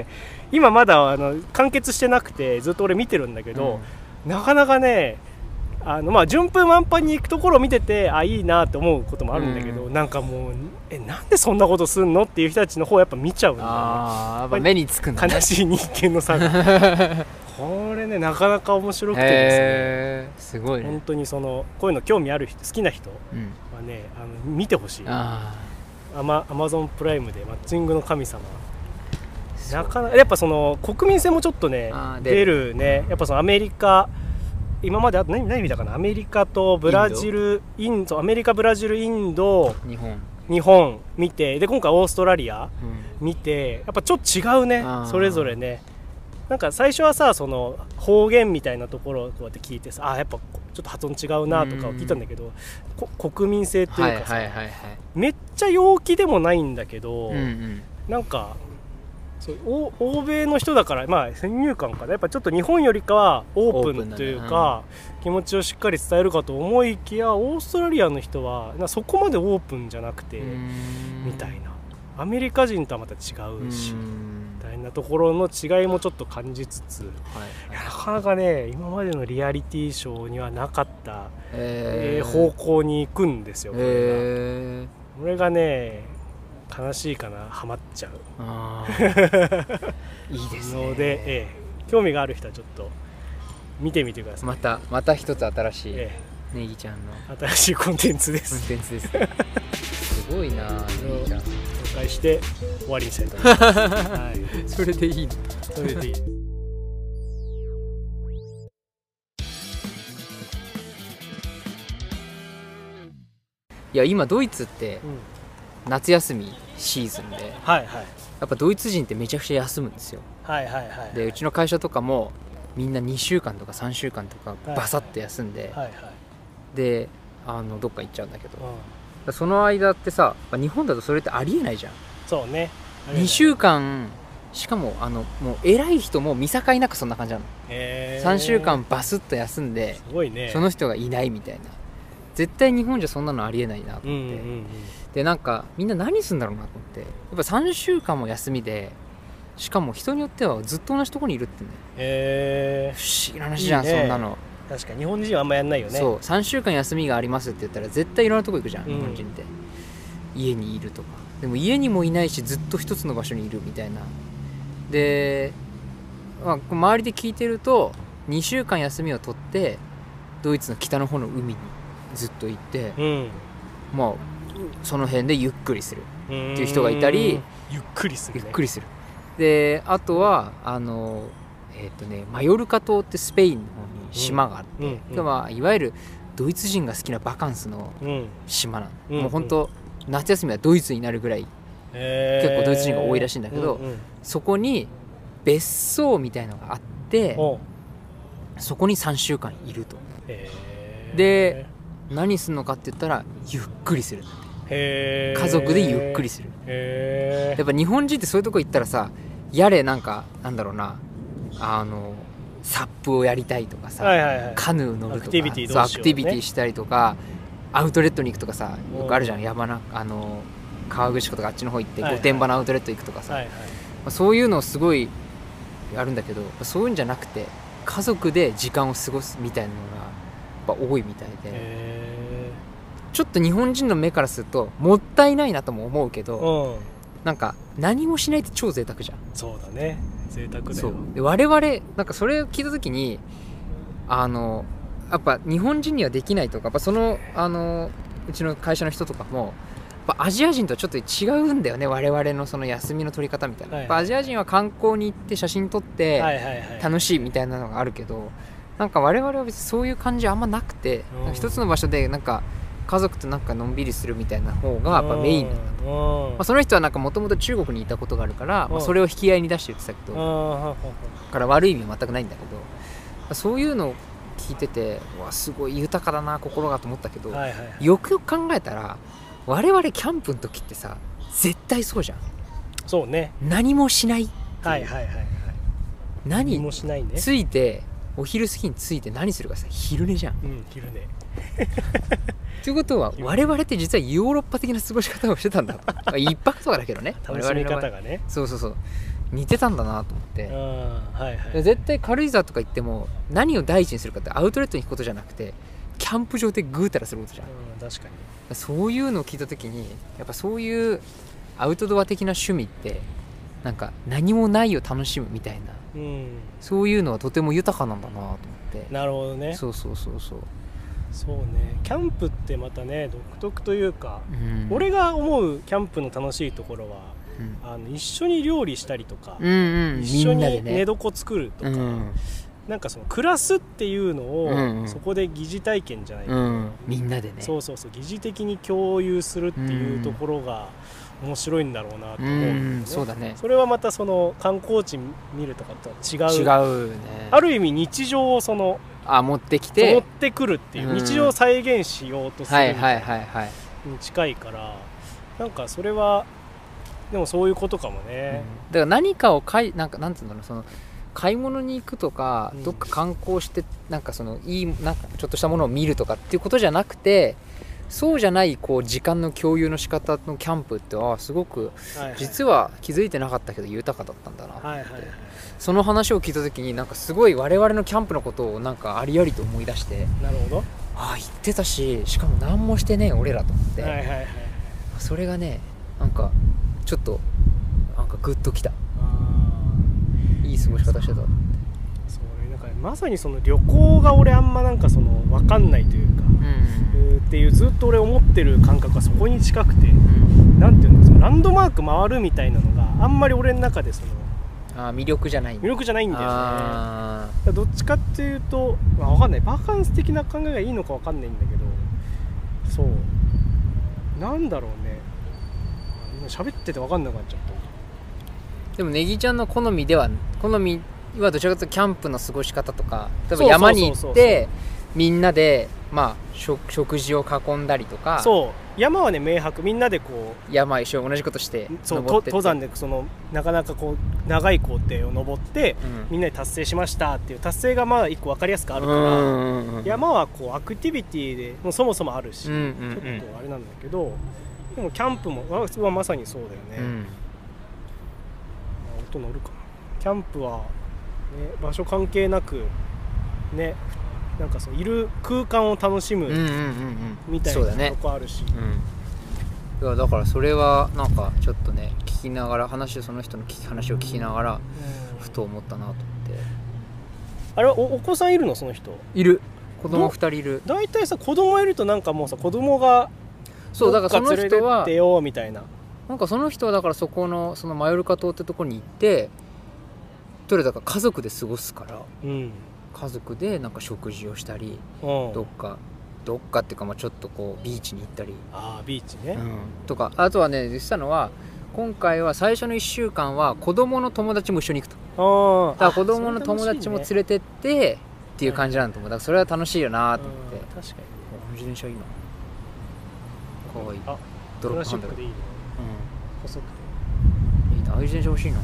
今まだあの完結してなくてずっと俺見てるんだけど、うん、なかなかねあのまあ順風満帆に行くところを見ててあいいなって思うこともあるんだけど、うん、なんかもうえなんでそんなことすんのっていう人たちの方をやっぱ見ちゃうんだよね。 あやっぱ目につくんだね。 悲しい人間の差がこれねなかなか面白くてですね、 すごいね。 本当にそのこういうの興味ある人好きな人はね、うん、あの見てほしい。アマゾンプライムでマッチングの神様なかなかやっぱその国民性もちょっとね出るね。やっぱそのアメリカ今まであと 何, 何見たかなアメリカとブラジルインドアメリカブラジルインド日本日本見てで今回オーストラリア見て、やっぱちょっと違うねそれぞれね。なんか最初はさその方言みたいなところをこうやって聞いてさあやっぱちょっと発音違うなとかを聞いたんだけど、国民性っていうかさ、はいはいはいはい、めっちゃ陽気でもないんだけど、うんうん、なんかそう欧米の人だから、まあ、先入観かなやっぱちょっと日本よりかはオープンというか、うん、気持ちをしっかり伝えるかと思いきやオーストラリアの人はなそこまでオープンじゃなくてみたいなアメリカ人とはまた違うしみたいなところの違いもちょっと感じつつ、はい、いやなかなかね今までのリアリティショーにはなかった、えー、方向に行くんですよこれが、えー、これがね悲しいかなハマっちゃうあいいですねので、ええ、興味がある人はちょっと見てみてください。 またまた一つ新しい、ええ、ネギちゃんの新しいコンテンツですコンテンツですすごいなネギちゃん紹介して終わりにしたいと思います、はい、 それでいいのそれでいいいや今ドイツって、うん夏休みシーズンで、はいはい、やっぱドイツ人ってめちゃくちゃ休むんですよ、はいはいはいはい、でうちの会社とかもみんなにしゅうかんとかさんしゅうかんとかバサッと休んで、はいはい、であのどっか行っちゃうんだけど、うん、その間ってさ日本だとそれってありえないじゃん。 そうねにしゅうかんしかもあのもう偉い人も見境なくそんな感じなの。さんしゅうかんバスッと休んで、すごいね、その人がいないみたいな絶対日本じゃそんなのありえないなと思って、うんうんうん、でなんかみんな何するんだろうなと思ってやっぱさんしゅうかんも休みでしかも人によってはずっと同じところにいるってね、へー不思議な話じゃんいい、ね、そんなの確かに日本人はあんまやんないよね。 そうさんしゅうかん休みがありますって言ったら絶対いろんなとこ行くじゃん、うん、日本人って家にいるとかでも家にもいないしずっと一つの場所にいるみたいなで、まあ、周りで聞いてるとにしゅうかん休みを取ってドイツの北の方の海にずっと行って、うん、まあその辺でゆっくりするっていう人がいたりゆっくりする、 ね、ゆっくりするであとはあの、えーとね、マヨルカ島ってスペインの方に島があって、うんうんうんまあ、いわゆるドイツ人が好きなバカンスの島なの、うん、もう本当夏休みはドイツになるぐらい、えー、結構ドイツ人が多いらしいんだけど、うんうん、そこに別荘みたいなのがあってそこにさんしゅうかんいると、えー、で何するのかって言ったらゆっくりするんだって。へー家族でゆっくりする。へーやっぱ日本人ってそういうとこ行ったらさやれなんかなんだろうなあのサップをやりたいとかさ、はいはいはい、カヌー乗るとかアクティビティどうしよう、ね、アクティビティしたりとかアウトレットに行くとかさよくあるじゃん山なあの川口湖とかあっちの方行って御殿場のアウトレット行くとかさ、はいはいまあ、そういうのすごいやるんだけどそういうんじゃなくて家族で時間を過ごすみたいなのがやっぱ多いみたいでちょっと日本人の目からするともったいないなとも思うけど、うん、なんか何もしないって超贅沢じゃん。 そうだね贅沢だよ。 そうで我々なんかそれを聞いた時にあのやっぱ日本人にはできないとかやっぱそのあのうちの会社の人とかもやっぱアジア人とちょっと違うんだよね我々のその休みの取り方みたいな、はいはい、やっぱアジア人は観光に行って写真撮って楽しいみたいなのがあるけどなんか我々は別にそういう感じあんまなくて、うん、一つの場所でなんか家族となんかのんびりするみたいな方がやっぱメインなんだと、まあ、その人はなんかもともと中国にいたことがあるから、まあ、それを引き合いに出して言ってたけどだから悪い意味は全くないんだけどそういうのを聞いててわすごい豊かだな心がと思ったけど、はいはいはい、よくよく考えたら我々キャンプの時ってさ絶対そうじゃん。 そうね何もしないっていう、 はいはいはいはい、 何もしないねついてお昼過ぎについて何するかさ昼寝じゃん、 うん、昼寝ということは我々って実はヨーロッパ的な過ごし方をしてたんだ一泊とかだけどね楽しみ方がねそうそうそう似てたんだなと思って、 はいはい、 絶対軽井沢とか行っても何を第一にするかってアウトレットに行くことじゃなくてキャンプ場でぐうたらすることじゃん、 うん、確かにそういうのを聞いた時にやっぱそういうアウトドア的な趣味ってなんか何もないを楽しむみたいな、うん、そういうのはとても豊かなんだなと思って。 なるほどね。 そうそうそうそうそうね。キャンプってまたね独特というか、うん、俺が思うキャンプの楽しいところは、うん、あの一緒に料理したりとか、うんうん、一緒に寝床作るとか、ね、うん、なんかその暮らすっていうのを、うんうん、そこで疑似体験じゃないけど、うん、 みんなでね、 そうそうそう疑似的に共有するっていうところが面白いんだろうなと思うんだよね、うん、 そうだね。 それはまたその観光地見るとかとは違う、 違うね。 ある意味日常をそのあ持ってきて持ってくるっていう、うん、日常を再現しようとするみたいなに近いから、なんかそれはでもそういうことかもね、 うん、だから何かを買いなんかなんていうんだろう、その買い物に行くとか、うん、どっか観光してなんかそのいいなんかちょっとしたものを見るとかっていうことじゃなくて、そうじゃないこう時間の共有の仕方のキャンプってあすごく、はいはい、実は気づいてなかったけど豊かだったんだなって、はいはいはい、その話を聞いた時になんかすごい我々のキャンプのことをなんかありありと思い出して、 なるほど、 ああ言ってたし、しかも何もしてねえ俺らと思って、 はいはいはい、 それがねなんかちょっとなんかグッときた。いい過ごし方してたと思って。 そうなんかまさにその旅行が俺あんまなんかその分かんないというか、うん、っていうずっと俺思ってる感覚がそこに近くて、うん、なんていうのそのランドマーク回るみたいなのがあんまり俺の中でそのあ魅力じゃない魅力じゃないんだよね。どっちかっていうと、まあ、分かんないバカンス的な考えがいいのか分かんないんだけど、そうなんだろうね、今喋ってて分かんなくなっちゃった。 でもネギちゃんの好みでは好みはどちらかというとキャンプの過ごし方とか、例えば山に行ってみんなでまあ食, 食事を囲んだりとか、 そう山はね明白、みんなでこう山一緒同じことしてそう登ってって登山でそのなかなかこう長い工程を登って、うん、みんなで達成しましたっていう達成がまあ一個分かりやすくあるから、うんうんうん、山はこうアクティビティでもうそもそもあるし、うんうんうん、ちょっとあれなんだけど、でもキャンプもはまさにそうだよね、うん、音乗るかな。キャンプは、ね、場所関係なくね、なんかそういる空間を楽しむみたいなとこあるし、 うんうんうん、だからそれはなんかちょっとね聞きながら話をその人の話を聞きながら、うん、ふと思ったなと思って。 あれ お, お子さんいるのその人？ いる、子供ふたりいる。 だいたいさ子供いるとなんかもうさ子供がそうだからその人は連れてってよみたいな、 なんかその人はだからそこのそのマヨルカ島ってとこに行ってとりあえずだから家族で過ごすから、うん、家族でなんか食事をしたり、うん、どっかどっかっていうかまあちょっとこうビーチに行ったり、 あビーチね、うん、 とかあとはね言ってたのは今回は最初のいっしゅうかんは子供の友達も一緒に行くと、だから子供の友達も連れてってっていう感じなんだと思う。だからそれは楽しいよなと思って、うん、確かに自転車いいな、かわいい、 あドロップハンドルでいいね、うん、細くていいな、ああいう自転車欲しいな、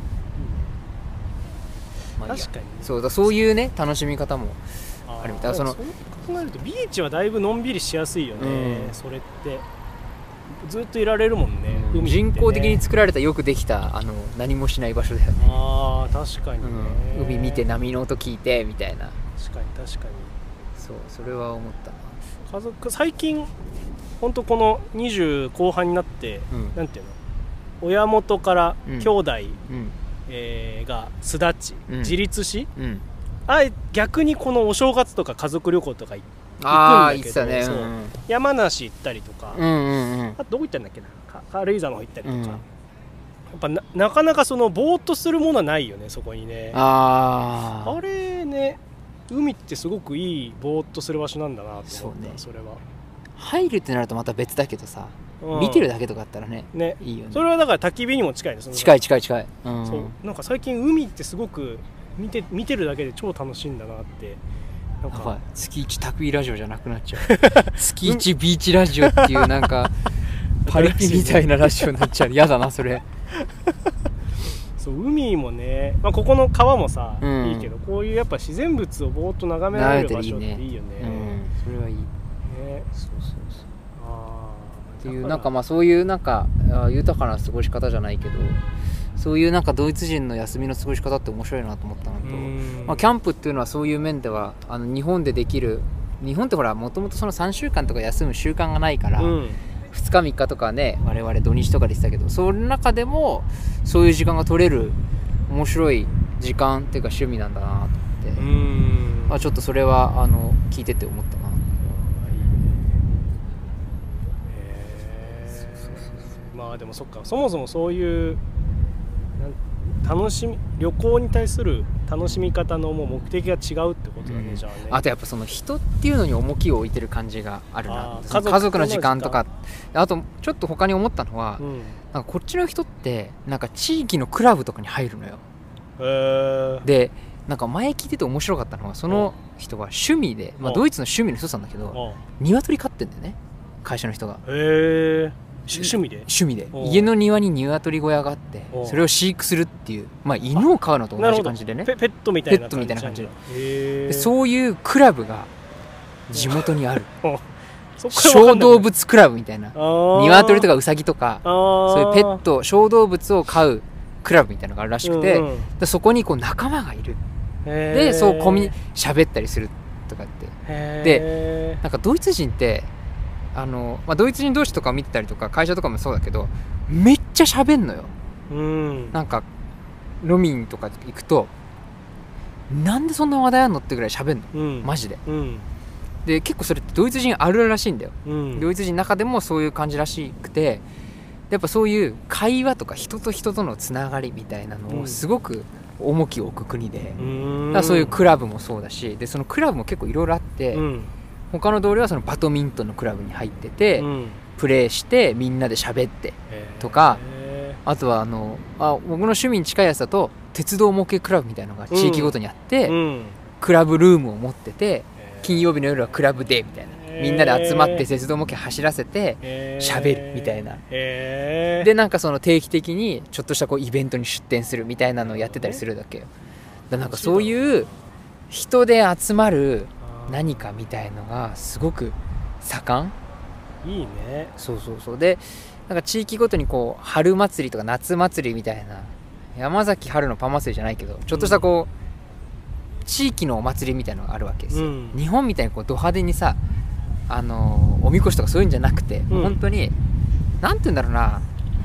まあ、いい確かに、ね、 そうだそういうね楽しみ方もあるみたいな。そのそう考えるとビーチはだいぶのんびりしやすいよね、うん、それってずっといられるもんね、 うん、海ってね人工的に作られたよくできたあの何もしない場所だよね。 あ確かにね、 うん、海見て波の音聞いてみたいな。 確かに確かにそうそれは思ったな。 家族最近本当このにじゅう後半になって、うん、なんていうの親元から兄弟、うんうんえー、が巣立ち、うん、自立し、うん、あ逆にこのお正月とか家族旅行とか行くんだけど、ねうん、山梨行ったりとか、うんうんうん、あとどこ行ったんだっけな、軽井沢の方行ったりとか、うん、やっぱ な, なかなかそのぼーっとするものはないよねそこにね。ああれね、海ってすごくいいぼーっとする場所なんだなと思った。そう、ね、それは入るってなるとまた別だけどさ、うん、見てるだけとかあったら ね, ねいいよね。 それはだから焚き火にも近いです。 近い近い近い、うん、 そうなんか最近海ってすごく 見 て, 見てるだけで超楽しいんだなって。なんか月一焚き火ラジオじゃなくなっちゃう月一ビーチラジオっていうなんかパリピみたいなラジオになっちゃう。嫌だなそれそう海もね、まあ、ここの川もさ、うん、いいけどこういうやっぱ自然物をぼーっと眺められる場所っていいよね。いいね、うん、 それはいいね。そうそうそうあっていうなんかまあそういうなんか豊かな過ごし方じゃないけど、 そういうなんかドイツ人の休みの過ごし方って面白いなと思ったのと、まあ、キャンプっていうのはそういう面ではあの日本でできる、日本ってほらもともとそのさんしゅうかんとか休む習慣がないから、うん、ふつかみっかとかね我々土日とかでしたけど、その中でもそういう時間が取れる面白い時間っていうか趣味なんだなと思って、うん、まあ、ちょっとそれはあの聞いてて思ったな。 まあでもそっか、そもそもそういう楽しみ、旅行に対する楽しみ方のもう目的が違うってことだね、うん、じゃあね。 あとやっぱその人っていうのに重きを置いてる感じがあるな。家族、家族の時間とか、あとちょっと他に思ったのは、うん、なんかこっちの人ってなんか地域のクラブとかに入るのよ。へー。でなんか前聞いてて面白かったのは、その人は趣味で、まあ、ドイツの趣味の一つなんだけど、鶏飼ってんだよね、会社の人が。へー。 趣味で趣味で家の庭に鶏小屋があって、それを飼育するっていう、まあ、犬を飼うのと同じ感じでね、 ペットみたいな感じで、でそういうクラブが地元にある小動物クラブみたいな、鶏とかウサギとかそういうペット小動物を飼うクラブみたいなのがあるらしくて、うんうん、でそこにこう仲間がいる、でそうコミュニ喋ったりするとかって、でなんかドイツ人ってあのまあ、ドイツ人同士とか見てたりとか会社とかもそうだけどめっちゃ喋んのよ、うん、なんか飲みにとか行くとなんでそんな話題あんのってぐらい喋んの、うん、マジで、うん、で結構それってドイツ人あるらしいんだよ、うん、ドイツ人の中でもそういう感じらしくて、やっぱそういう会話とか人と人とのつながりみたいなのをすごく重きを置く国で、うん、だからそういうクラブもそうだし、でそのクラブも結構いろいろあって、うん、他の同僚はそのバドミントンのクラブに入ってて、うん、プレーしてみんなで喋ってとか、あとはあのあ僕の趣味に近いやつだと鉄道模型クラブみたいなのが地域ごとにあって、うん、クラブルームを持ってて、金曜日の夜はクラブデーみたいな、みんなで集まって鉄道模型走らせて喋るみたいな、でなんかその定期的にちょっとしたこうイベントに出店するみたいなのをやってたりするだけよ。だなんかそういう人で集まる何かみたいのがすごく盛ん。 いいね。 そうそうそう。でなんか地域ごとにこう春祭りとか夏祭りみたいな、山崎春のパン祭りじゃないけどちょっとしたこう、うん、地域のお祭りみたいなのがあるわけですよ、うん、日本みたいにこうド派手にさ、あのー、おみこしとかそういうんじゃなくて、うん、もう本当になんて言うんだろうな、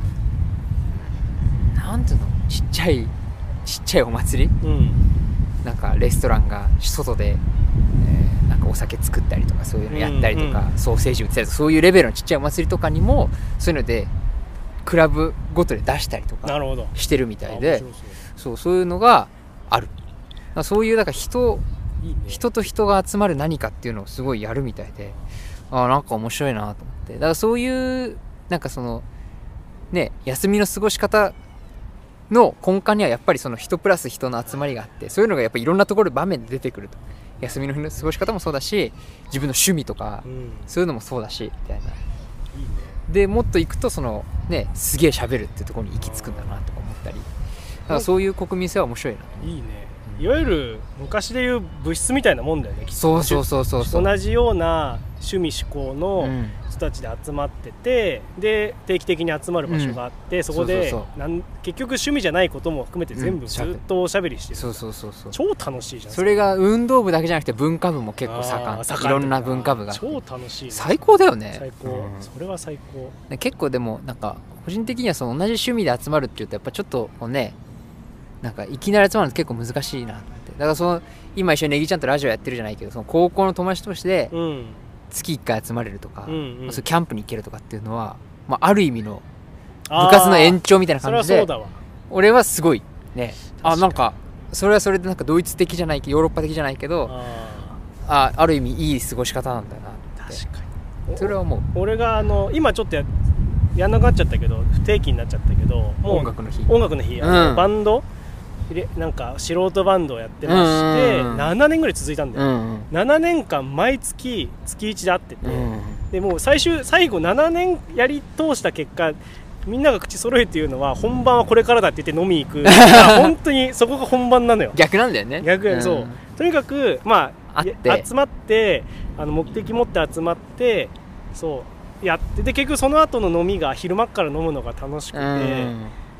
なんていうの、ちっちゃいちっちゃいお祭り、うん、なんかレストランが外でなんかお酒作ったりとかそういうのやったりとか、うんうん、ソーセージ売ってたりとか、そういうレベルのちっちゃいお祭りとかにもそういうのでクラブごとで出したりとかしてるみたいで、そう、そういうのがある。そういうだから人いい、ね、人と人が集まる何かっていうのをすごいやるみたいで、あなんか面白いなと思って、だからそういうなんかそのね休みの過ごし方の根幹にはやっぱりその人プラス人の集まりがあって、そういうのがやっぱりいろんなところで場面で出てくると。休みの日の過ごし方もそうだし、自分の趣味とか、うん、そういうのもそうだしみたいな。いいね。でもっと行くとそのねすげえ喋るっていうところに行き着くんだなとか思ったり、だからそういう国民性は面白いな。 いいね。いわゆる昔でいう物質みたいなもんだよね。 そうそうそうそうそう。 同じような趣味嗜好の人たちで集まってて、うん、で定期的に集まる場所があって、うん、そこでそうそうそう、なん結局趣味じゃないことも含めて全部ずっとおしゃべりしてる、うん、そうそうそうそう、超楽しいじゃん。 それが運動部だけじゃなくて文化部も結構盛ん、盛んいろんな文化部が超楽しい、ね、 最高だよね。 最高、うん、それは最高。 結構でもなんか個人的にはその同じ趣味で集まるっていうとやっぱちょっとこうねなんかいきなり集まるの結構難しいなと思って、だからその今一緒にネギちゃんとラジオやってるじゃないけど、その高校の友達として月いっかい集まれるとか、うんうん、そうキャンプに行けるとかっていうのは、まあ、ある意味の部活の延長みたいな感じで、俺はすごいね、あなんかそれはそれでなんかドイツ的じゃないけどヨーロッパ的じゃないけど、あ あ, ある意味いい過ごし方なんだなって。確かにそれは思う。 俺があの今ちょっと や, やんなくなっちゃったけど不定期になっちゃったけど、もう音楽の日音楽の日、うん、バンドなんか素人バンドをやってまして、うんうんうん、ななねんぐらい続いたんだよ、うんうん、ななねんかん毎月月いちで会ってて、うんうん、でもう最終最後ななねんやり通した結果みんなが口揃えて言うのは本番はこれからだって言って飲みに行く本当にそこが本番なのよ。 逆なんだよね。 逆、うん、そうとにかくまあ集まってあの目的持って集まってそうやって、で結局その後の飲みが昼間から飲むのが楽しくて、うん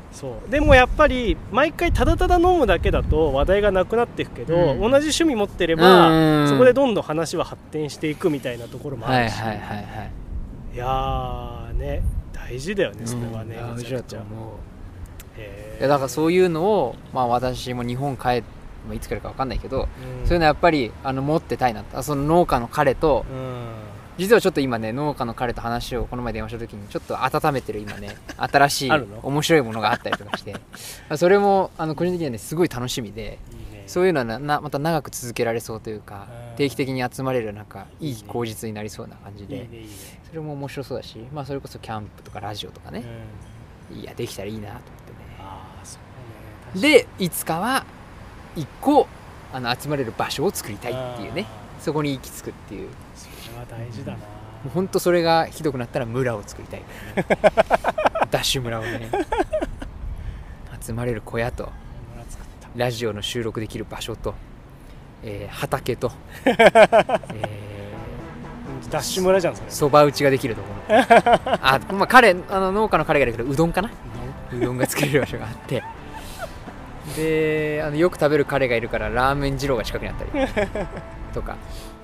そうでもやっぱり毎回ただただ飲むだけだと話題がなくなっていくけど、うん、同じ趣味持ってればそこでどんどん話は発展していくみたいなところもあるし、はいはいはいはい、いやーね大事だよねそれはね、 うん、大事だと思う。いやだからそういうのを、まあ、私も日本帰っていつ来るか分かんないけど、うん、そういうのやっぱりあの持ってたいなと。その農家の彼と、うん、実はちょっと今ね農家の彼と話をこの前電話した時にちょっと温めてる今ね新しい面白いものがあったりとかしてそれもあの個人的にはねすごい楽しみで、いいね、そういうのはななまた長く続けられそうというか、うん、定期的に集まれるなんかいい口実になりそうな感じで、いいねいいねいいね、それも面白そうだし、まあ、それこそキャンプとかラジオとかね、うん、いやできたらいいなと思ってね。あそうね、でいつかはいっこあの集まれる場所を作りたいっていうね、そこに行き着くっていう。 それは大事だな。もう本当それがひどくなったら村を作りたい、ね、ダッシュ村をね集まれる小屋とラジオの収録できる場所と、えー、畑と、えー、 ダッシュ村じゃんそれ。 そば打ちができるところあ、まあ、彼あの農家の彼がいるけどうどんかなうどんが作れる場所があってであのよく食べる彼がいるからラーメン二郎が近くにあったりとか。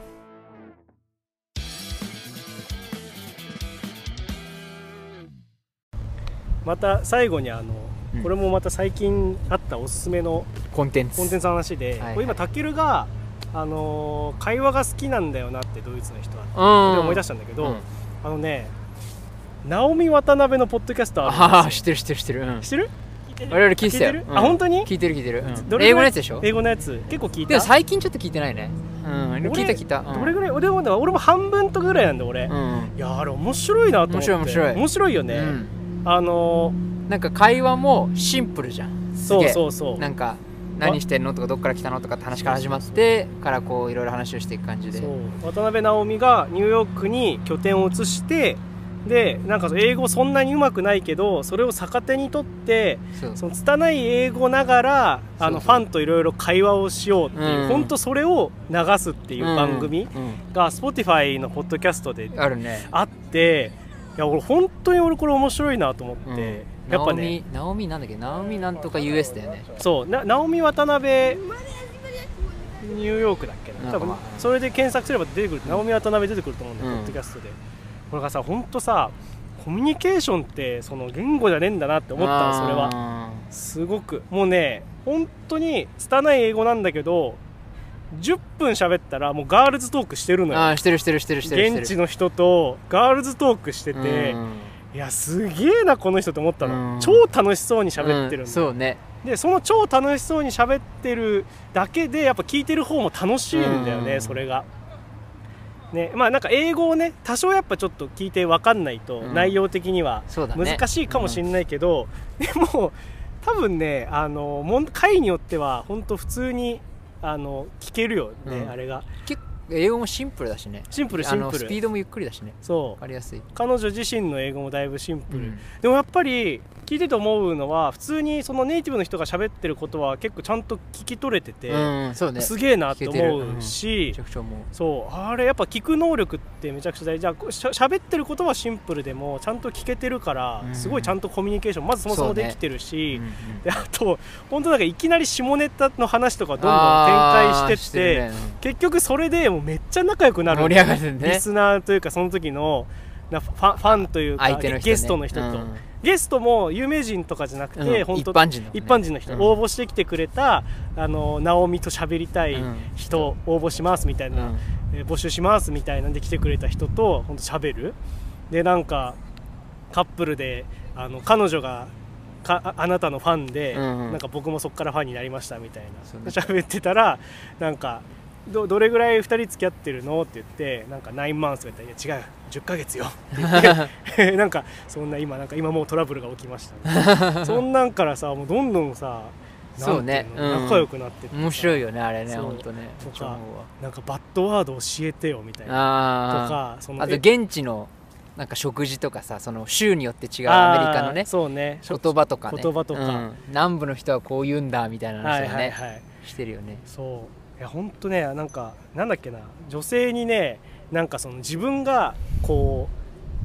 また最後にあの、うん、これもまた最近あったおすすめのコンテンツコンテンツの話で、はいはい、これ今タケルが、あのー、会話が好きなんだよなってドイツの人はって思い出したんだけど、うん、あのねナオミ渡辺のポッドキャストあるんですよ。 ああ知ってる知ってる知ってる、うん、知ってる我々聞いてたよ、 うん、あ本当に聞いてる聞いてる、うん、英語のやつでしょ。 英語のやつ結構聞いた。 でも最近ちょっと聞いてないね。うん、聞いた聞いた、うん、 どれぐらい俺も俺も半分とぐらいなんだ俺、うん、いやあれ面白いなと思って。面白い面白い面白いよね、うん、あのーなんか会話もシンプルじゃん。 そうそうそう。 なんか何してんのとかどっから来たのとかって話から始まってからこういろいろ話をしていく感じで。 そう渡辺直美がニューヨークに拠点を移して、でなんか英語そんなにうまくないけどそれを逆手にとってその拙い英語ながらあのファンといろいろ会話をしようっていう、うん、本当それを流すっていう番組が Spotify のポッドキャストであって、いや俺本当に俺これ面白いなと思って、うん、やっぱねナオミなんだっけナオミなんとか ユーエス だよね。 そうなナオミ渡辺ニューヨークだっけな、多分それで検索すれば出てくる、うん、ナオミ渡辺出てくると思うんだよ、うん、ポッドキャストで。これがさ本当さコミュニケーションってその言語じゃねえんだなって思ったの。それはすごくもうね本当に拙い英語なんだけどじゅっぷん喋ったらもうガールズトークしてるのよ。 あしてるしてるしてるしてる。 現地の人とガールズトークしてて、いやすげえなこの人と思ったの。超楽しそうに喋ってるんだ、うん、 そうね。 でその超楽しそうに喋ってるだけでやっぱ聞いてる方も楽しいんだよね、それがね。まあなんか英語をね多少やっぱちょっと聞いて分かんないと、うん、内容的には難しいかもしれないけど、ねうん、でも多分ねあの回によっては本当普通にあの聞けるよね、うん、あれが結構英語もシンプルだしね。 シンプルシンプル。 スピードもゆっくりだしね。 そう分かりやすい。 彼女自身の英語もだいぶシンプル、うん、でもやっぱり聞いてて思うのは普通にそのネイティブの人が喋ってることは結構ちゃんと聞き取れてて、うんそうね、すげえなって思うし、うん、めちゃくちゃ思う。そうあれやっぱ聞く能力ってめちゃくちゃ大事。じゃあしゃ喋ってることはシンプルでもちゃんと聞けてるから、うん、すごいちゃんとコミュニケーションまずそもそもできてるし、ねうんうん、であと本当なんかいきなり下ネタの話とかどんどん展開してって、ねうん、結局それでもうめっちゃ仲良くなる。 盛り上がるね。 リスナーというかその時のファン、ファンというか、ね、ゲストの人と、うん、ゲストも有名人とかじゃなくて、うん、本当一般人の、ね、 一般人の人、うん、応募してきてくれたあのナオミと喋りたい人、うん、応募しますみたいな、うんえー、募集しますみたいなんで来てくれた人と本当喋る。でなんかカップルであの彼女がか あ, あなたのファンで、うんうん、なんか僕もそこからファンになりましたみたいな喋ってたらなんかど, どれぐらいふたり付き合ってるのって言ってなんかナインマンスとか言ったらいや違うじゅっかげつよって言ってなんかそんな 今, なんか今もうトラブルが起きました、ね、そんなんからさもうどんどんさそうね、うん、 仲良くなってって面白いよねあれね本当ね。 とかなんかバッドワード教えてよみたいなとかそのあと現地のなんか食事とかさその州によって違うアメリカの ね, そうね言葉とかね言葉とか、うん、 南部の人はこう言うんだみたいな話をね、はいはいはい、してるよね。 そういや本当ねなんかなんだっけな女性にねなんかその自分がこう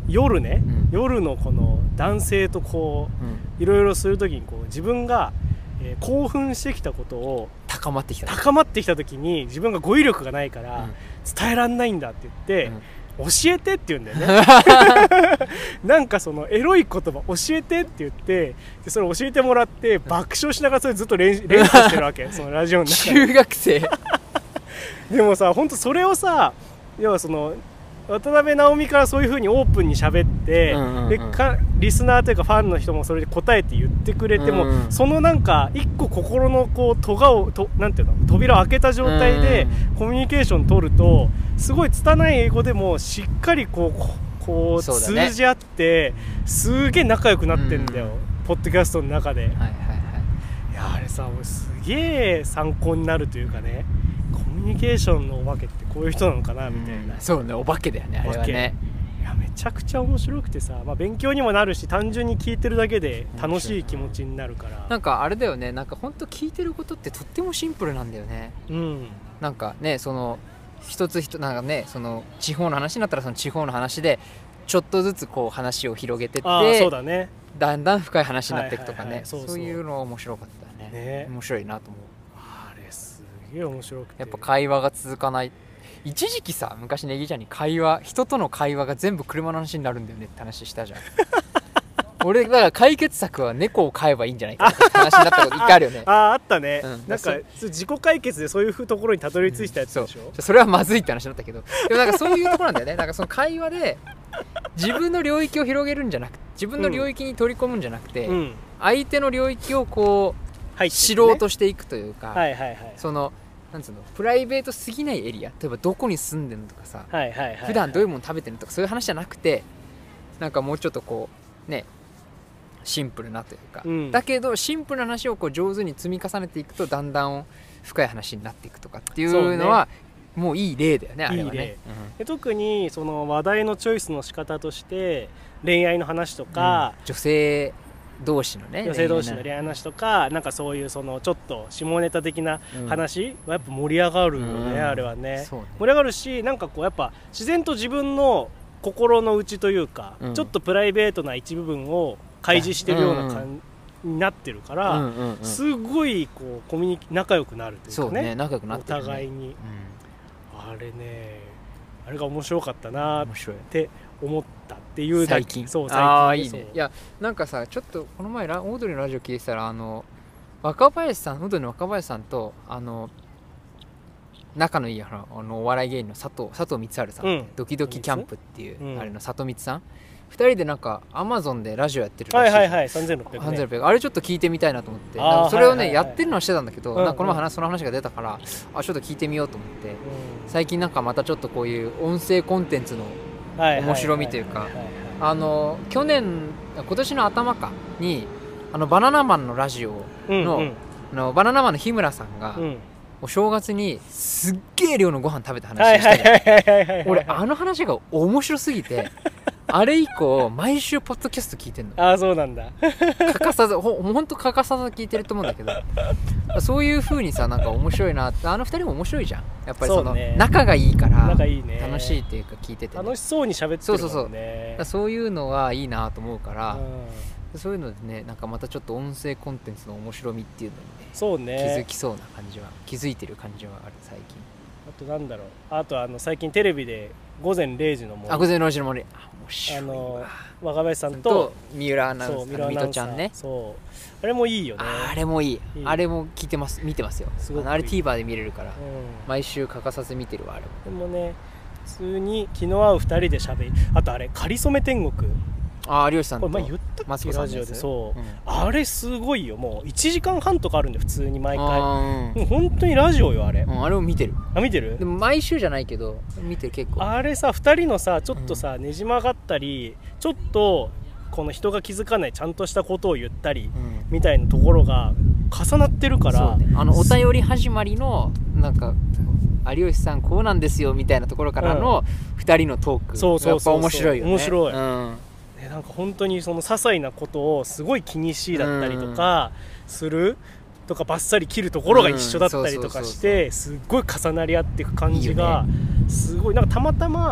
夜ね、うん、夜のこの男性とこういろいろする時にこう自分が、えー、興奮してきたことを高まってきた高まってきた時に自分が語彙力がないから、うん、伝えらんないんだって言って、うん、教えてって言うんだよねなんかそのエロい言葉教えてって言ってでそれ教えてもらって爆笑しながらそれずっと練練習してるわけそのラジオの中で中学生でもさ本当それをさ要はその渡辺直美からそういう風にオープンに喋って、うんうんうん、でかリスナーというかファンの人もそれで答えて言ってくれても、うんうん、そのなんか一個心のこう戸をとなんていうの扉を開けた状態でコミュニケーション取るとすごい拙い英語でもしっかりこうこう通じ合ってすげえ仲良くなってんだよ、うん、ポッドキャストの中で、はいはいはい、いやあれさ俺すげえ参考になるというかねコミュニケーションのお化けってこういう人なのかなみたいな、 うん、そうねお化けだよねあれはねいやめちゃくちゃ面白くてさ、まあ、勉強にもなるし単純に聞いてるだけで楽しい気持ちになるからなんかあれだよねなんか本当聞いてることってとってもシンプルなんだよね、うん、なんかねその一つ一つなんかねその地方の話になったらその地方の話でちょっとずつこう話を広げてってそうだねだんだん深い話になっていくとかねそういうの面白かったよ ね, ね面白いなと思うあれすげえ面白くてやっぱ会話が続かない一時期さ昔ネギちゃんに会話人との会話が全部車の話になるんだよねって話したじゃん俺だから解決策は猫を飼えばいいんじゃないかって話になったこと一回あるよねあああったね、うん、なんか自己解決でそういうところにたどり着いたやつでしょ、うん、 そ, それはまずいって話だったけどでもなんかそういうところなんだよねなんかその会話で自分の領域を広げるんじゃなくて自分の領域に取り込むんじゃなくて、うん、相手の領域をこう、ね、知ろうとしていくというか、はいはいはい、そのなんつうのプライベートすぎないエリア例えばどこに住んでるのとかさ、はいはいはいはい、普段どういうもの食べてるのとかそういう話じゃなくてなんかもうちょっとこうねシンプルなというか、うん、だけどシンプルな話をこう上手に積み重ねていくとだんだん深い話になっていくとかっていうのはう、ね、もういい例だよねあれはねいい例、 うん、で特にその話題のチョイスの仕方として恋愛の話とか、 うん、女性同士のね女性同士の恋愛の話とかなんかそういうそのちょっと下ネタ的な話はやっぱ盛り上がるよね、うん、あれは ね, ね盛り上がるしなんかこうやっぱ自然と自分の心の内というか、うん、ちょっとプライベートな一部分を開示してるような感じになってるから、うんうんうん、すごいこうコミュニ仲良くなるというか ね, そうね仲良くなってるねお互いに、うん、あれねあれが面白かったなって思ったっていうだけ最近そう最近ああいいねいやなんかさちょっとこの前オードリーのラジオ聞いてたらあの若林さんオードリーの若林さんとあの仲のいいあのお笑い芸人の佐藤佐藤光晴さん、うん、ドキドキキャンプっていう、うん、あれの里光さんふたりでなんかアマゾンでラジオやってるらしい、 はいはいはい、さんぜんろっぴゃく、ね、 さんぜんろっぴゃくあれちょっと聞いてみたいなと思ってそれをね、はいはいはい、やってるのはしてたんだけど、うんうん、なんかこの前話その話が出たからあちょっと聞いてみようと思って、うん、最近なんかまたちょっとこういう音声コンテンツの面白みというかあの去年今年の頭かにあのバナナマンのラジオの、うんうん、あのバナナマンの日村さんが、うんお正月にすっげえ量のご飯食べた話をしたじゃん俺あの話が面白すぎてあれ以降毎週ポッドキャスト聞いてんのああそうなんだ欠かさずほほんと欠かさず聞いてると思うんだけどそういう風にさなんか面白いなってあの二人も面白いじゃんやっぱりその、ね、仲がいいから仲いい、ね、楽しいっていうか聞いてて、ね、 楽しそうに喋ってるもんねそうそうそうそういうのはいいなと思うから、うん、そういうのでねなんかまたちょっと音声コンテンツの面白みっていうのにねそうね気づきそうな感じは気づいてる感じはある最近あとなんだろうあとあの最近テレビで午前れいじの森あ午前れいじの森あ面白いあの若林さんと三浦アナウンサーの水戸ちゃんねそうあれもいいよねあれもいい、いいあれも聞いてます見てますよすごくあれ TVer で見れるから、うん、毎週欠かさず見てるわあれもでもね普通に気の合うふたりで喋りあとあれかりそめ天国あ有吉さんとこれ前言ったっけラジオでそう、うん、あれすごいよもういちじかんはんとかあるんで普通に毎回、うん、もう本当にラジオよあれ、 うん、あれも見てるあ見てるでも毎週じゃないけど見てる結構あれさふたりのさちょっとさ、うん、ねじ曲がったりちょっとこの人が気づかないちゃんとしたことを言ったり、うん、みたいなところが重なってるから、 ね、あのお便り始まりのなんか有吉さんこうなんですよみたいなところからのふたりのトーク、うん、そうそうそうそうやっぱ面白いよね面白い、うんね、なんか本当にその些細なことをすごい気にしいだったりとかするとかバッサリ切るところが一緒だったりとかしてすっごい重なり合っていく感じがすごいなんかたまたま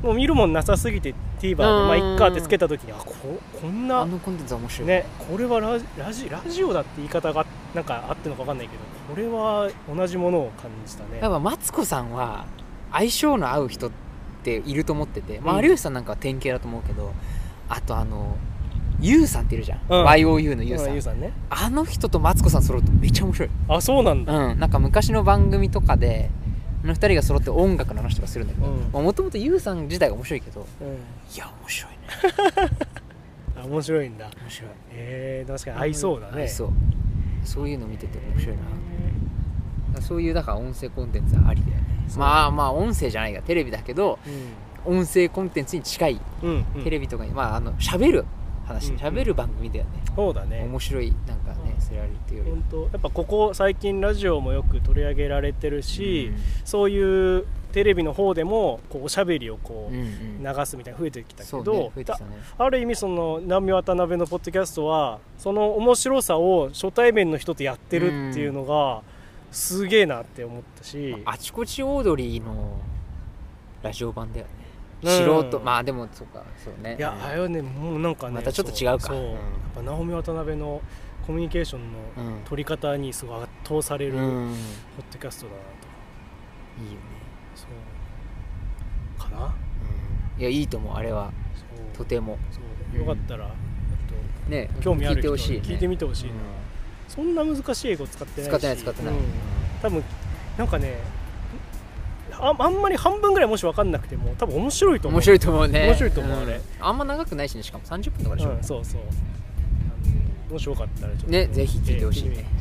もう見るもんなさすぎて TVer でまあいっかってつけた時に、あここんなあのコンテンツは面白いね、これはラジラジラジオだって言い方がなんかあってるのか分かんないけど、これは同じものを感じたね。 やっぱマツコさんは相性の合う人っていると思ってて、まあ、 うん、 有吉さんなんかは典型だと思うけど、あとあのユウさんっているじゃん、うん、ワイオーユー のユウさん、 うん、ユウさんね、 あの人とマツコさん揃うとめっちゃ面白い。 あ、そうなんだ。 うん、なんか昔の番組とかであのふたりが揃って音楽の話とかするんだけど、もともとユウさん自体が面白いけど、うん、いや面白いねあ、面白いんだ。 面白い。 えー、確かに合いそうだね。合いそう。 そういうの見てて面白いな。そういうだから音声コンテンツはありだよね。まあまあ音声じゃないがテレビだけど、うん、音声コンテンツに近い、うんうん、テレビとかにまああの喋る話、喋、うん、る番組だよね。 そうだね。 面白いなんかね、それありっていうより。 本当やっぱここ最近ラジオもよく取り上げられてるし、うん、そういうテレビの方でもこうおしゃべりをこう流すみたいな増えてきたけど、ねね、ある意味その波渡辺のポッドキャストはその面白さを初対面の人とやってるっていうのがすげえなって思ったし、 あちこちオードリーのラジオ版だよね。素人、まあでもそうか、そうね。 いや、あれはね、もうなんかね、 またちょっと違うか。 そう、やっぱ直美渡辺のコミュニケーションの取り方にすごい圧倒されるポッドキャストだなと。 いいよね。 そうかな。うん、 いや、いいと思う、あれは。とても。 そうよかったら、 うん、ね、 興味ある人聞いてほしい、ね、 聞いてみてほしいな、うん。そんな難しい英語使ってないし。 使ってない、使ってない。うん、 多分なんかね。あ, あんまり半分ぐらいもし分かんなくても多分面白いと思う。 面白いと思うね。 面白いと思う、うん、あれあんま長くないしね、しかもさんじゅっぷんとかでしょ、うん、 そうそう、もしよかったらちょっとね、ぜひ聞いてほしいね。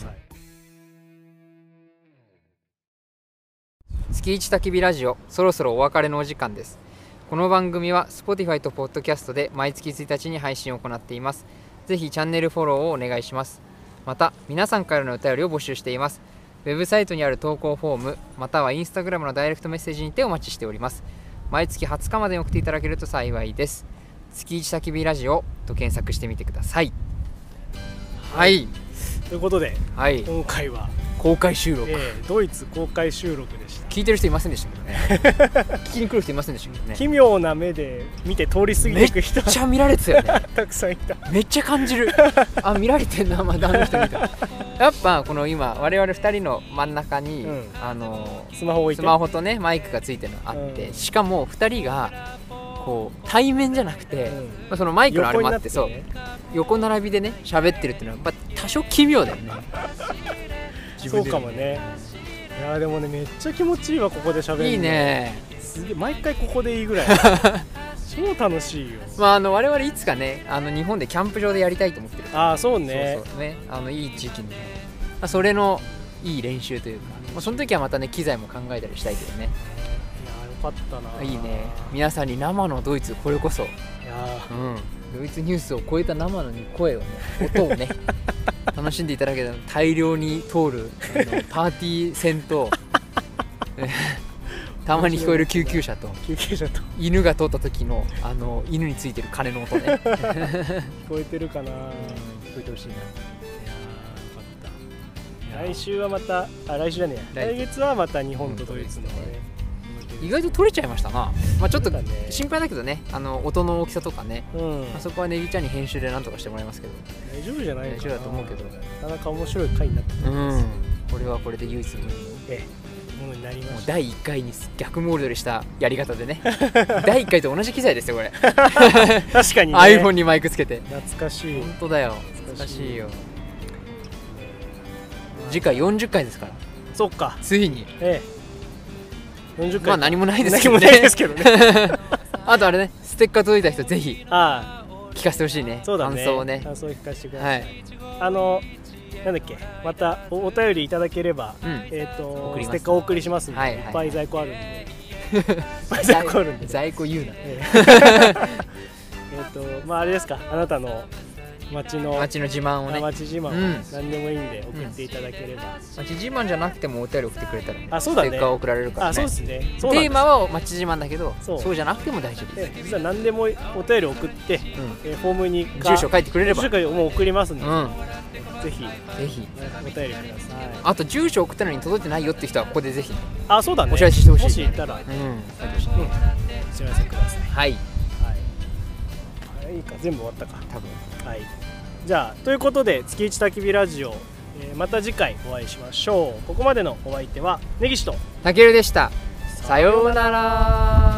月一焚き火ラジオ、そろそろお別れのお時間です。この番組は Spotify と Podcast で毎月ついたちに配信を行っています。ぜひチャンネルフォローをお願いします。また皆さんからのお便りを募集しています。ウェブサイトにある投稿フォームまたはインスタグラムのダイレクトメッセージにてお待ちしております。毎月はつかまでに送っていただけると幸いです。月一焚き火ラジオと検索してみてください。はい、 ということで、 はい、 今回は公開収録、 えー、ドイツ公開収録でした。 聞いてる人いませんでしたけどね聞きに来る人いませんでしたけどね。 奇妙な目で見て通り過ぎていく人めっちゃ見られてたよねたくさんいた。 めっちゃ感じるあ、見られてんな、まだあの人見たやっぱこの今我々ふたりの真ん中に、うん、あのスマホ置いてスマホとねマイクがついてるのあって、うん、しかもふたりがこう対面じゃなくて、うんまあ、そのマイクのあれもあって、そう横並びでね喋ってるっていうのはやっぱ多少奇妙だよねそうかもね。いやでもねめっちゃ気持ちいいわ、ここで喋るの。 いいね。 すげえ毎回ここでいいぐらい超楽しいよ。 まああの我々いつかねあの日本でキャンプ場でやりたいと思ってる。 ああそうね。 そうそうね、あのいい時期に、ね、まあ、それのいい練習というか、まあ、その時はまたね機材も考えたりしたいけどね。 いやよかったな。 いいね。皆さんに生のドイツこれこそ、いや、うん、ドイツニュースを超えた生の声をね音をね楽しんでいただけたら大量に通るあのパーティー船とたまに聞こえる救急車と救急車と犬が通った時のあの犬についてる鐘の音ね聞こえてるかな。聞こえてほしいな。いやーよかった。来週はまたあ来週じゃねえ来月はまた日本とドイツのね、 意外と取れちゃいましたな。まあちょっと心配だけどね、あの音の大きさとかね、うん、まあ、そこはネギちゃんに編集でなんとかしてもらいますけど。 大丈夫じゃないかな。 大丈夫だと思うけど、 なかなか面白い回になってます。うん、 これはこれで唯一のええものになりました。もうだいいっかいに逆モールドにしたやり方でねだいいっかいと同じ機材ですよこれ確かにね iPhone にマイクつけて。 懐かしい。 本当だよ、懐かしいよ。次回よんじゅっかいですから。 そっか、 ついにええよんじゅっかい、 まあ何もないですけどね。 何もないですけどねあとあれね、ステッカー届いた人ぜひあ聞かせてほしいね。 そうだね、 感想をね。 感想を聞かせてください、 はい、 あのなんだっけ、また お, お便りいただければ、うん、えー、とステッカーお送りしますんで、はいはいはい、いっぱい在庫あるんでいっぱい在庫あるんで在庫言うな。 えー、えとまああれですか、あなたの街の街の自慢をね、 街自慢を、うん、何でもいいんで送っていただければ、うん、 街自慢じゃなくてもお便り送ってくれたら、ね、 あそうだね、 ステッカー送られるからね。 あそうですね。 テーマは街自慢だけど、そう、そうじゃなくても大丈夫です。 実は何でもお便り送って、うん、えー、フォームに住所書いてくれれば住所もう送りますんで、うん、 ぜひぜひお便りください。 あと住所送ったのに届いてないよって人はここでぜひあそうだねお知らせしてほしい。 もしいたら、うん、お知らせください。 はい、 はい、いいか全部終わったか多分。はい、じゃあということで月一焚き火ラジオ、えー、また次回お会いしましょう。ここまでのお相手は根岸とたけるでした。さようなら。